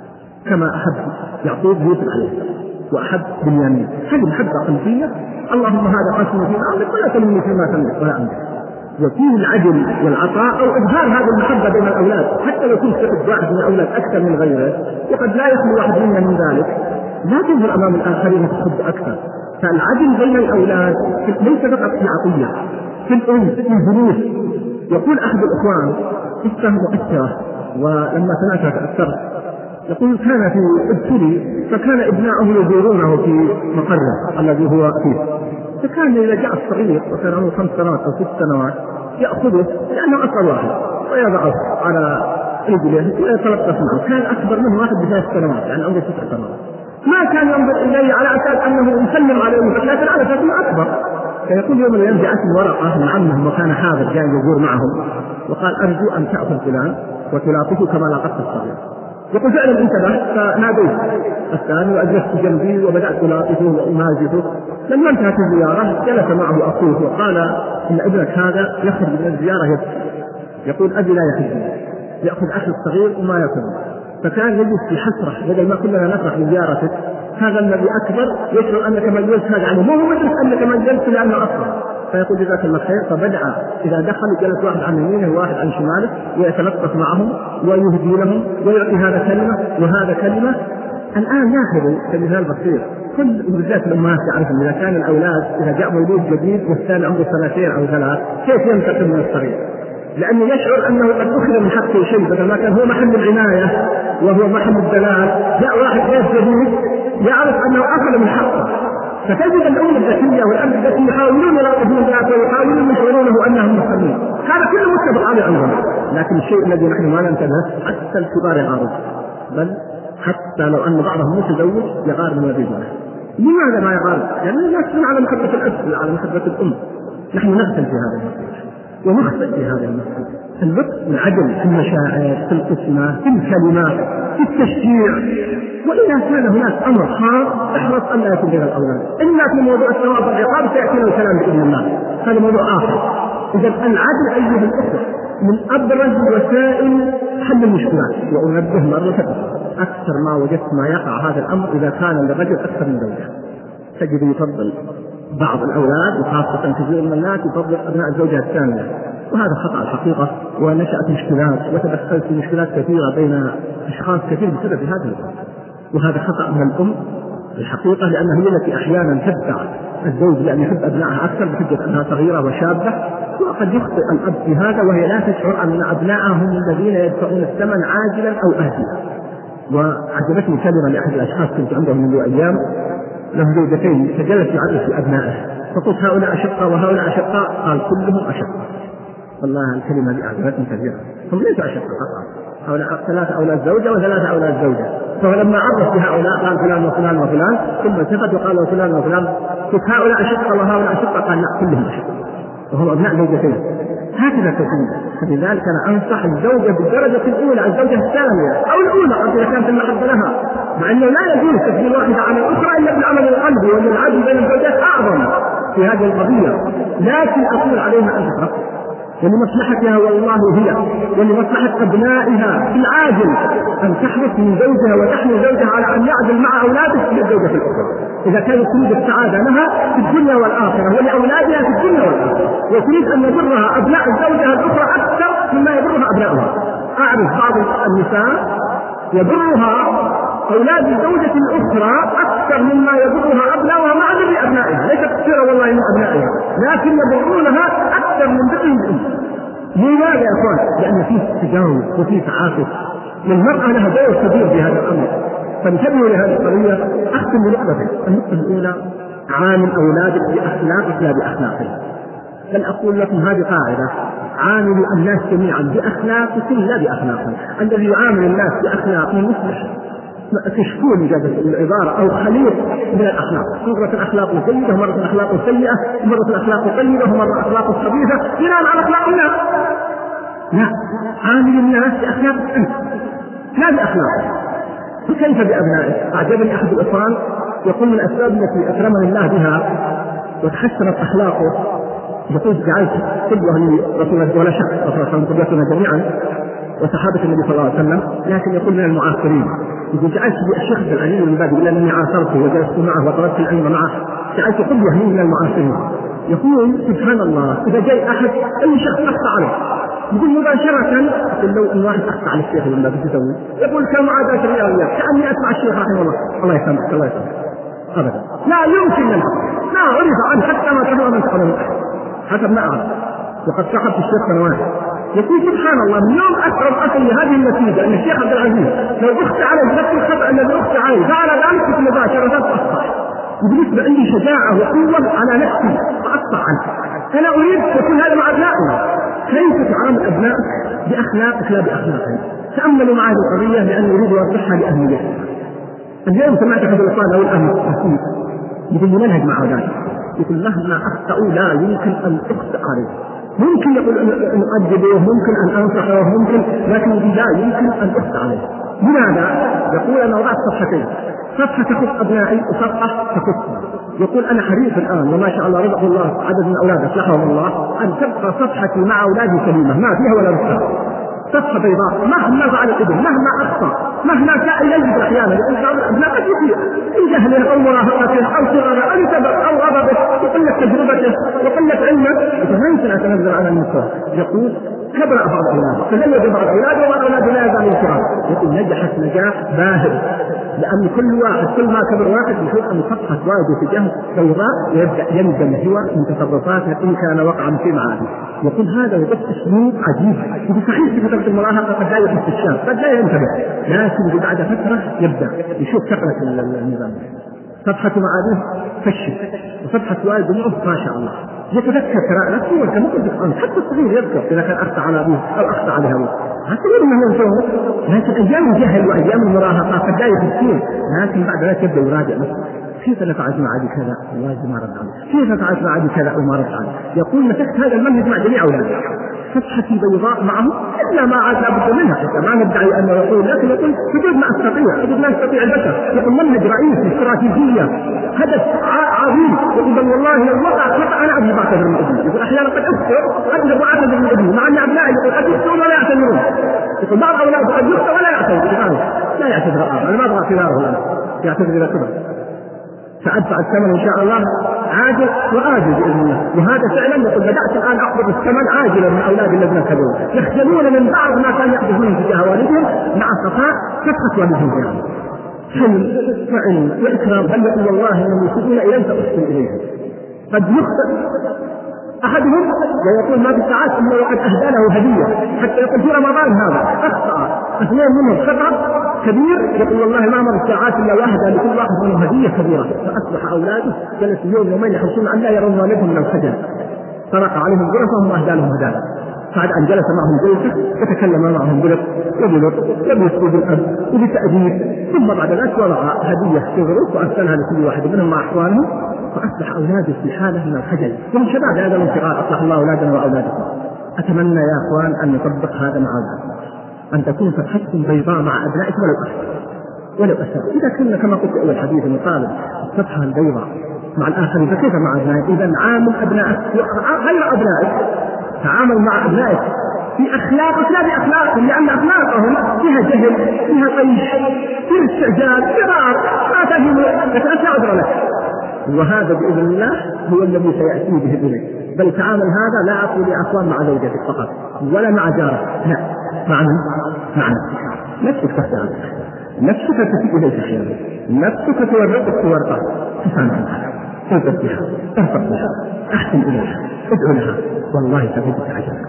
B: كما أحب يعقوب يوسف عليه السلام وأحب بنيامين، هذه محبة قلبية. اللهم هذا قسم في أمرك ولا تلمني فيما تملك ولا أملك. وفيه العدل والعطاء أو إظهار هذه المحبة بين الأولاد، حتى يكون سعد واحد من الأولاد أكثر من غيره وقد لا يخلو واحد منا من ذلك، لا تظهر أمام الآخرين تحب أكثر. فالعدل بين الأولاد ليس فقط في عطية، في الأم، في الظروف. يقول أحد الإخوان قصة مؤثرة ولما سمعتها تأثرت. يقول كان في ابتلي فكان ابناؤه يزورونه في مقره الذي هو فيه، فكان إذا جاء الصغير وكان له خمس سنوات أو ست سنوات يأخذه لأنه أصغر واحد ويضعه على رجله ويتلطف معه، كان أكبر منه واحد بثلاث سنوات يعني عمره تسع سنوات، ما كان ينظر إليه على أساس أنه يسلم عليه لكن على أساس أنه أكبر. فيقول يوم الأيام جاءت ورقة من عمهم وكان حاضر جاء يزور معهم وقال أرجو أن تأخذ فلان وتلاقيه كما لاقته الصغير. يقول فعلا انتبه فناديت الثاني وأجلست جنبي وبدأت ألاقيه وأمازجه. لما انتهت الزيارة جلس معه أخوه وقال إن ابنك هذا يخرج من الزيارة يبكي، يقول أبي لا يحبني، يأخذ أخي الصغير وما يكون. فكان يجلس في حسرة بدل ما كلنا نفرح بزيارتك، هذا الذي أكبر يشعر أنك مجلس هذا عنه، مو هو مجلس أنك مجلس لأنه أصغر. فيقول جزاك الله خير. فبدأ إذا دخل جلس واحد عن يمينه وواحد عن شماله ويتلطف معهم ويهدي لهم ويعطي هذا كلمة وهذا كلمة. الآن لاحظوا كمثال بسيط، كل بالذات الأمهات تعرفون إذا كان الأولاد إذا جاء مولود جديد والثاني عمره سنتين أو ثلاث كيف ينتقل من الصغير، لأنه يشعر أنه قد أخذ من حقه شيء بدل ما كان هو محل العناية وهو محل الدلال، جاء واحد غير جديد يعرف أنه أخذ من حقه. فتجد الأم الذكية والأب الذكي يحاولون يراقبون ذاته ويحاولون يشعرونه أنهم مسلمين، هذا كله متفق عليه عندنا. لكن الشيء الذي نحن ما ننتبه حتى الكبار يغارون، بل حتى لو أن بعضهم متزوج يغار من الرجال. لماذا ما يغار؟ لأن يعني يحصل على محبة الأب على محبة الأم. نحن نغفل في هذا المسألة ونخطئ في هذا المسألة. اللطف والعدل في المشاعر في القسمة في الكلمات في التشجيع. وإذا كان هناك أمر خاص احرص أن لا يكون بين الأولاد، إلا في موضوع الثواب والعقاب سيأتينا الكلام بإذن الله، هذا موضوع آخر. إذا العدل أيها الأخوة من أبرز وسائل حل المشكلات. وأنبه مرة أكثر ما وجدت ما يقع هذا الأمر إذا كان للرجل أكثر من زوجة، تجد يفضل بعض الأولاد وخاصة كثير من الناس يفضل أبناء الزوجة الثانية، وهذا خطأ الحقيقة. ونشأت مشكلات وتدخلت في مشكلات كثيرة بين أشخاص كثير بسبب هذا الأمر، وهذا خطأ من الأم الحقيقة، لأنها هي التي أحيانا تدفع الزوج لأن يحب أبنائها أكثر بحجة أنها صغيرة وشابة، وقد يخطئ الأب في هذا وهي لا تشعر أن أبنائها هم الذين يدفعون الثمن عاجلا أو آجلا. وعجبتني كلمة لأحد الأشخاص كنت عندهم منذ أيام له زوجتين فجلس يعرف في أبنائه فقلت هؤلاء أشقاء وهؤلاء أشقاء، قال كلهم أشقاء. والله الكلمة دي أعجبتني كثيرا، هم ليسوا أشقاء فقط، هؤلاء ثلاثة أولاد زوجة وثلاثة أولاد زوجة. فلما عرف بهؤلاء قال فلان وفلان وفلان، ثم التفت وقال وفلان وفلان، قلت هؤلاء أشقاء وهؤلاء أشقاء، قال لا كلهم أشقاء وهم أبناء زوجتين. هكذا تكون. فلذلك أنا أنصح الزوجة بالدرجة الأولى الزوجة الثانية أو الأولى إذا كانت المحبة لها، مع أنه لا يجوز تفضيل واحدة على الأخرى إلا بالعمل القلبي، وأن العدل بين الزوجات أعظم في هذه القضية. لكن أقول عليها أن تترك ولمصلحتها والله هي ولمصلحة أبنائها في العاجل أن تحرص من زوجها وتحمل زوجها على أن يعدل مع أولادها في الزوجة الأخرى، إذا كان تريد السعادة لها في الدنيا والآخرة ولأولادها في الدنيا والآخرة، وتريد أن يبرها أبناء زوجها الأخرى أكثر مما يبرها أبنائها. أعرف بعض النساء يبرها أولاد الزوجة الأخرى أكثر مما يبرها أبنائها مع بر أبنائها، ليس كثيرا والله من أبنائها، لكن يبرونها أكثر من بر الأم. لماذا يا أخوان؟ لأن فيه تجاوز وفيه تعاطف، والمرأة لها دور كبير في هذا الأمر. فانتبهوا لهذه القضية. أختم بنقطتين. النقطة الأولى عامل أولادك بأخلاقك لا بأخلاقهم. بل أقول لكم هذه قاعدة: عاملوا الناس جميعا بأخلاقكم لا بأخلاقهم. الذي يعامل الناس بأخلاقهم يصبح تشكون إجابة العبارة أو خليط من الأخلاق، مرة أخلاق جيدة ومرة أخلاق سيئة ومرة أخلاق طيبة ومرة أخلاق خبيثة بناء على أخلاق الناس. لا، عامل الناس بأخلاقك أنت لا بأخلاقك. فكيف بأبنائك؟ أعجبني أحد الأطفال يقول من الأسباب التي أكرمني الله بها وتحسنت أخلاقه، يقول جعلت قدوة لرسول الله ولا شك رسول الله قدوتنا جميعا وصحابة النبي صلى الله عليه وسلم، لكن يقول من المعاصرين، يقول جعلت الشيخ العليم من باب إلا أنني عاصرته وجلست معه وطلبت العلم معه، جعلت قدوة من المعاصرين. يقول سبحان الله إذا جاء أحد أي شخص أخطأ عليه يقول مباشرة، يقول لو أن واحد أخطأ على الشيخ من باب تسوي، يقول كمعاداة الرياضيات كأني أسمع الشيخ رحمه الله الله يسامحك الله يسامحك أبدا، لا يمكن أن لا عرف عنه حتى ما تفهم من تقول حسب ما أعرف، وقد صحب الشيخ سنوات. يقول سبحان الله من يوم أشعر أصل لهذه النتيجة أن الشيخ عبد العزيز لو أخت عليه نفس الخطأ الذي أخت عليه فعلى ذلك مباشرة أخطأ، بالنسبة عندي شجاعة وقوة على نفسي فأقطع عنه. أنا أريد يكون هذا مع أبنائنا. كيف تعامل أبنائك بأخلاقك لا بأخلاقهم. تأملوا معي القضية لأن يريد يوضحها لأهميتها. اليوم سمعت أحد الإخوان أو الأهل التحسين يقول منهج مع أولادك، يقول مهما أخطأوا لا يمكن أن أخطئ عليه، ممكن يقول أن أؤدبه، ممكن أن أنصحه، ممكن، لكن لا يمكن أن أخطئ عليه. لماذا؟ يقول أنا وضعت صفحتين، صفحة تخص أبنائي وصفحة تخص. يقول أنا حريص الآن وما شاء الله رزق الله عدد من أولاد أصلحهم الله أن تبقى صفحتي مع أولادي سليمة ما فيها ولا نقصان، صفحة بيضاء مهما فعل الابن مهما أخطأ مهما كان يجب أحيانا لأن ابناء قد يصير إن جهله أو مراهقته أو صغره أو كبر أو غضبه وقلة تجربته وقلة علمه فما يمكن أن تنزل على المستوى. يقول كبر بعض أولاده تزوج بعض أولاده وأولاده لا يزال ينكران. يقول نجحت نجاح باهر لأن كل واحد كل ما كبر واحد يشوف أن صفحة والده تجاه بيضاء ويبدأ يندم هو من تصرفاته إن كان وقعا في معاده. يقول هذا يضيف أسلوب عجيب. يقول صحيح في فترة المراهقة قد لا يحس الشاب قد لا ينتبه لكن بعد فترة يبدأ يشوف شغلة النظام. صفحة معاده فشل وصفحة والده ما شاء الله يتذكر ترى نفسه وكما قلت الآن حتى الصغير يذكر إذا كان أخطأ على أبوه أو أخطأ على أبوه حتى يرى أنه ينفعه. لكن أيام الجهل وأيام المراهقة قد لا يفكر لكن بعد ذلك يبدأ يراجع نفسه كيف أنا فعلت مع أبي كذا والله ما رد عليه، كيف فعلت مع أبي كذا وما رد عليه. يقول مسكت هذا المنهج مع جميع أولادي صفحتي بيضاء معه إلا ما عاد لابد منها حتى ما ندعي أنه يقول لكن يقول حدود ما أستطيع حدود ما يستطيع البشر. يقول منهج رئيسي استراتيجية هدف عظيم. يقول والله لو وقع خطأ أنا أبي بعتذر من ابني. يقول أحيانا قد أخطئ أبدأ وأعتذر من ابني مع أن أبنائي يقول قد يخطئون ولا يعتذرون. يقول بعض أولاده قد يخطئ ولا يعتذر لا يعتذر أنا ما أبغى اعتذاره يعتذر إلى كبر سأدفع الثمن إن شاء الله عاجل وآجل بإذن الله. وهذا فعلا يقول بدأت الآن أقبض الثمن عاجلا من أولاد الذين كبروا يخجلون من بعض ما كان يحدث منهم تجاه والدهم مع صفاء كفة والدهم جاهل حلم وعلم وإكرام. بل يقول والله إنهم يسيئون إليك فأحسن إليهم. قد يخطئ أحدهم ويقول ما في ساعات إلا وقد أهدى له هدية حتى يقول في رمضان هذا أخطأ اثنين منهم خطأ كبير يقول والله ما مر ساعات إلا واحدة لكل واحد منهم هدية كبيرة. فأصبح أولاده جلس يوم يومين يحسون أن لا يرون والدهم من الخجل طرق عليهم غرفهم وأهدى لهم هدايا. بعد أن جلس معهم جلسة يتكلم معهم بلط وبلط وبيسقوا بالأب وبتأديب ثم بعد ذلك وضع هدية في غرف وأرسلها لكل واحد منهم مع أخوانهم. فأصبح أولاده في حالة من الخجل ومن شباب هذا الانتقال أصلح الله أولادنا وأولادكم. أتمنى يا أخوان أن نطبق هذا مع أولادنا أن تكون صفحتكم بيضاء مع أبنائكم ولو أسر ولو أسر. إذا كنا كما قلت أول حديث نطالب الصفحة البيضاء مع الآخرين فكيف مع أبنائك؟ إذا عامل أبنائك غير أبنائك تعامل مع أبنائك في أخلاقك لا بأخلاقهم لأن أخلاقهم فيها جهل فيها طيش فيها استعجال فرار ما تجد يتأتى عذر لك. وهذا بإذن الله هو الذي سيأتي به إليك. بل تعامل هذا لا أقول يا أخوان مع زوجتك فقط ولا مع جارك لا مع مع نفسك تحتاج نفسك تسيء إليك أحيانا نفسك تورطك تورطك تسامح عنها تنطق بها ترفق بها أحسن إليها ادعو لها والله تجدك عجبك.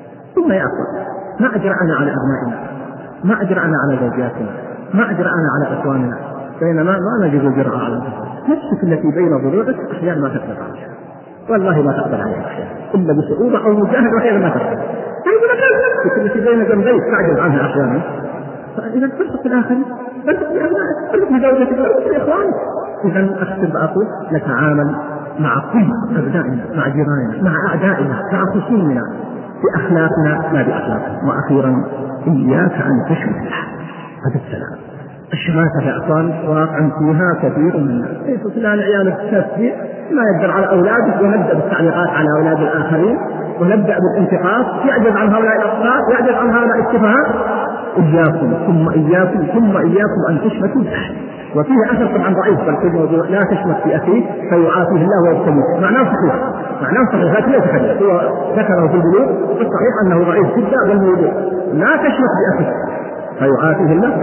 B: ثم يا أخوان ما أجرأنا على أبنائنا ما أجرأنا على زوجاتنا ما أجرأنا على أخواننا بينما ما نجد الجرأة على نفسك التي بين ضلوعك أحيانا ما تقدر عليها والله ما تقدر عليها أحيانا إلا بصعوبة أو مجاهد وحيانا ما تقدر. فيقول لك نفسك التي بين جنبيك تعجز عنها أحيانا. فإذا فرق في الآخرين فرق في أبنائك فرق في زوجتك فرق في إخوانك. إذا أختم بأقول نتعامل مع كل أبنائنا مع جيراننا مع أعدائنا مع خصومنا بأخلاقنا لا بأخلاقنا. وأخيرا إياك أن تشمت هذا السلام. الشماتة يا أخوان واقع فيها كثير من كيف فلان عيال التسبيح ما يقدر على أولاده ونبدأ بالتعليقات على أولاد الآخرين ونبدأ بالانتقاص يعجز عن هؤلاء الأطفال يعجز عن هؤلاء السفهاء. إياكم ثم إياكم ثم إياكم أن تشمتوا. وفيه أثر طبعا ضعيف بل في الموضوع لا تشمت في أخيه فيعافيه الله ويبتليه. معناه صحيح معناه صحيح لكن ليس كذلك هو ذكره في البلوغ والصحيح أنه ضعيف جدا والموضوع لا تشمت بأخيه فيعافيه الله.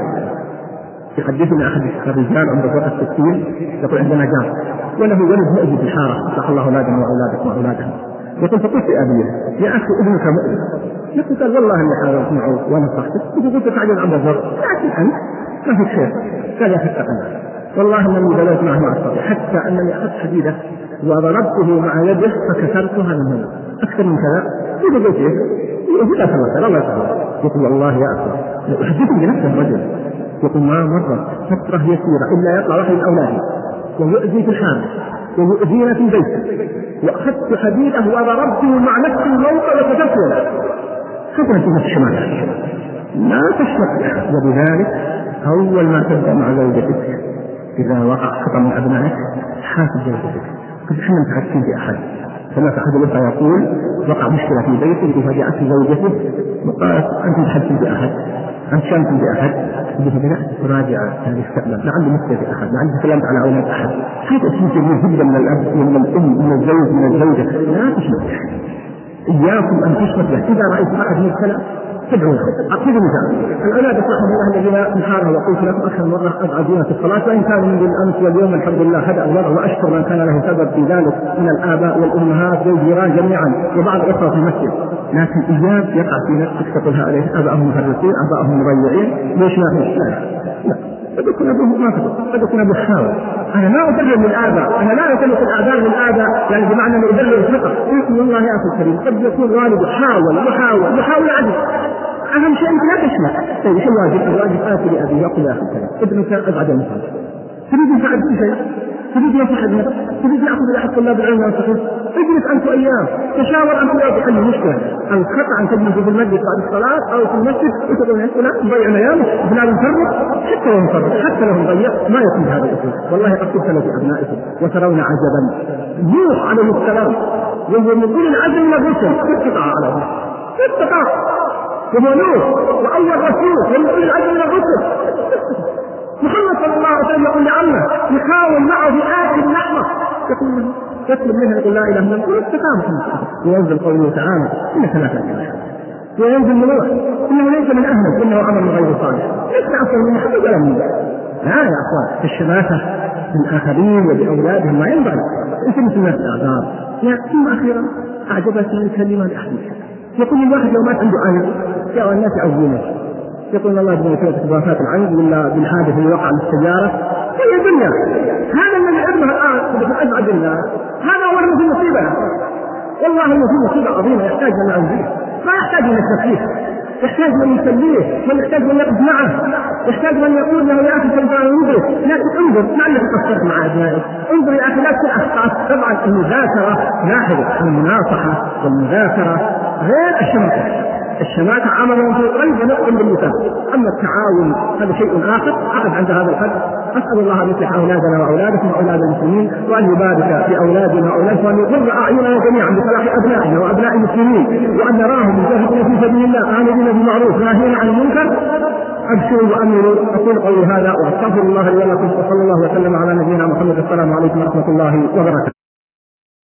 B: يحدثنا أحد الرجال عمره فوق الستين يقول عندنا جار وله ولد مؤذي في الحارة صح الله أولادنا وأولادكم وأولادهم. يقول فقلت لأبيه يا أخي ابنك مؤذي. يقول قال والله إني حاولت معه ونصحته وقلت تعجل عن الضر لكن أنت ما في خير. قال يا أخي اتقنا والله إنني بلغت معه ما أستطيع حتى أنني أخذت حديدة وضربته مع يده فكسرتها من هنا أكثر من كذا. يقول كيف يقول لك الله الله تعالى يقول والله يا أخي لو أحدث بنفسه الرجل يقول ما مرة فترة يسيرة إلا يطلع واحد من أولاده ويؤذي في الحامل ويؤذينا في البيت وأخذت حديده وضربته مع نفس الموقع وكتبت له خطرة في الشمال لا تشمت. وبذلك أول ما تبدأ مع زوجتك إذا وقع خطأ من أبنائك حاسب زوجتك قد احنا متعكين في أحد فما أحد الأخوة يقول وقع مشكلة في بيته فجاءت زوجته وقالت أنت متحدث بأحد أنت شامت بأحد بدأت تراجع الاستقبال ما عندي مشكلة في أحد ما عندي كلام على أولاد أحد هذا شيء جميل جدا من الأب ومن الأم من الزوج من الزوجة لا تشمت إياكم أن تشمت به إذا رأيت أحد من الكلام تدعو له. أعطيك مثال الأولاد صاحب الله الذين نحارها وقلت لكم آخر مرة أبعدون في الصلاة وإن كان منذ الأمس واليوم الحمد لله هدأ الوضع وأشكر من كان له سبب في ذلك من الآباء والأمهات والجيران جميعا وبعض الأخوة في المسجد لكن إياك يقع في نفسك تقولها عليه آباءهم مفرطين آباءهم مضيعين ليش ما في لا لا قد يكون أبوه ما فتح قد يكون أبوه حاول. أنا ما أبرر للآباء أنا لا أكلف الآباء للآباء يعني بمعنى أن أبرر الفقر يقول والله يا أخي الكريم قد يكون والد حاول وحاول وحاول عدل أهم شيء أنت لا تشمع. طيب إيش الواجب؟ الواجب آتي لأبي يقول يا أخي الكريم ابنك أبعد المثال تريد يساعد في شيء تريد ينصح ابنك تريد يأخذ أحد طلاب العلم وينصحه اجلس أنت وإياه تشاور أنت وإياه بحل المشكلة. الخطأ أن تجلس في المسجد بعد الصلاة أو في المسجد وتقول يا فلان نضيع ليالي فلان نفرق حتى لو نفرق حتى لو نضيع ما يكون هذا الأسلوب. والله قد تبتلى في أبنائكم وترون عجبا. نوح عليه السلام وهو من كل العزم من الرسل اتقى على ذلك اتقى وهو نوح وأول رسول من كل العزم من الرسل. محمد صلى الله عليه وسلم يقول لعمه يحاول معه في آخر لحظة يقول له يطلب منه يقول لا إله إلا الله استقام وينزل قوله تعالى إنك لا تنجح وينزل نوح إنه ليس من أهلك إنه عمل غير صالح ليس أصلا من محمد ولا من لا يا أخوان الشماتة بالآخرين وبأولادهم ما ينبغي. أنت مثل الناس أعذار يا ثم أخيرا أعجبتني كلمة لأحدث يقول الواحد لو مات عنده عين جاء الناس يعوذونه يقول الله ابن كيف تبافات العين ولا بالحادث اللي وقع بالسيارة هي الدنيا. هذا الذي علمها الآن أبعد الناس هذا هو اللي في مصيبة والله انه في مصيبة عظيمة يحتاج من أنزله ما يحتاج من التكليف يحتاج من يسليه من يحتاج من يقف معه يحتاج من يقول له يا أخي كيف ينظر لكن انظر ما أنك قصرت مع أبنائك انظر يا أخي لا تكون أخطأت. طبعا المذاكرة لاحظ المناصحة والمذاكرة غير الشماتة. الشماتة عمل في القلب ونقم باللسان أما التعاون هذا شيء آخر أقف عند هذا الحد. أسأل الله أن يصلح أولادنا وأولادكم وأولاد المسلمين وأن يبارك في أولادنا وأولادكم وأن يضر أعيننا جميعا بصلاح أبنائنا وأبناء المسلمين وأن نراهم يجاهدون في سبيل الله آمرين بالمعروف ناهين عن المنكر. أبشروا وأمروا. أقول قولي هذا وأستغفر الله لي ولكم وصلى الله وسلم على نبينا محمد. السلام عليكم ورحمة الله وبركاته.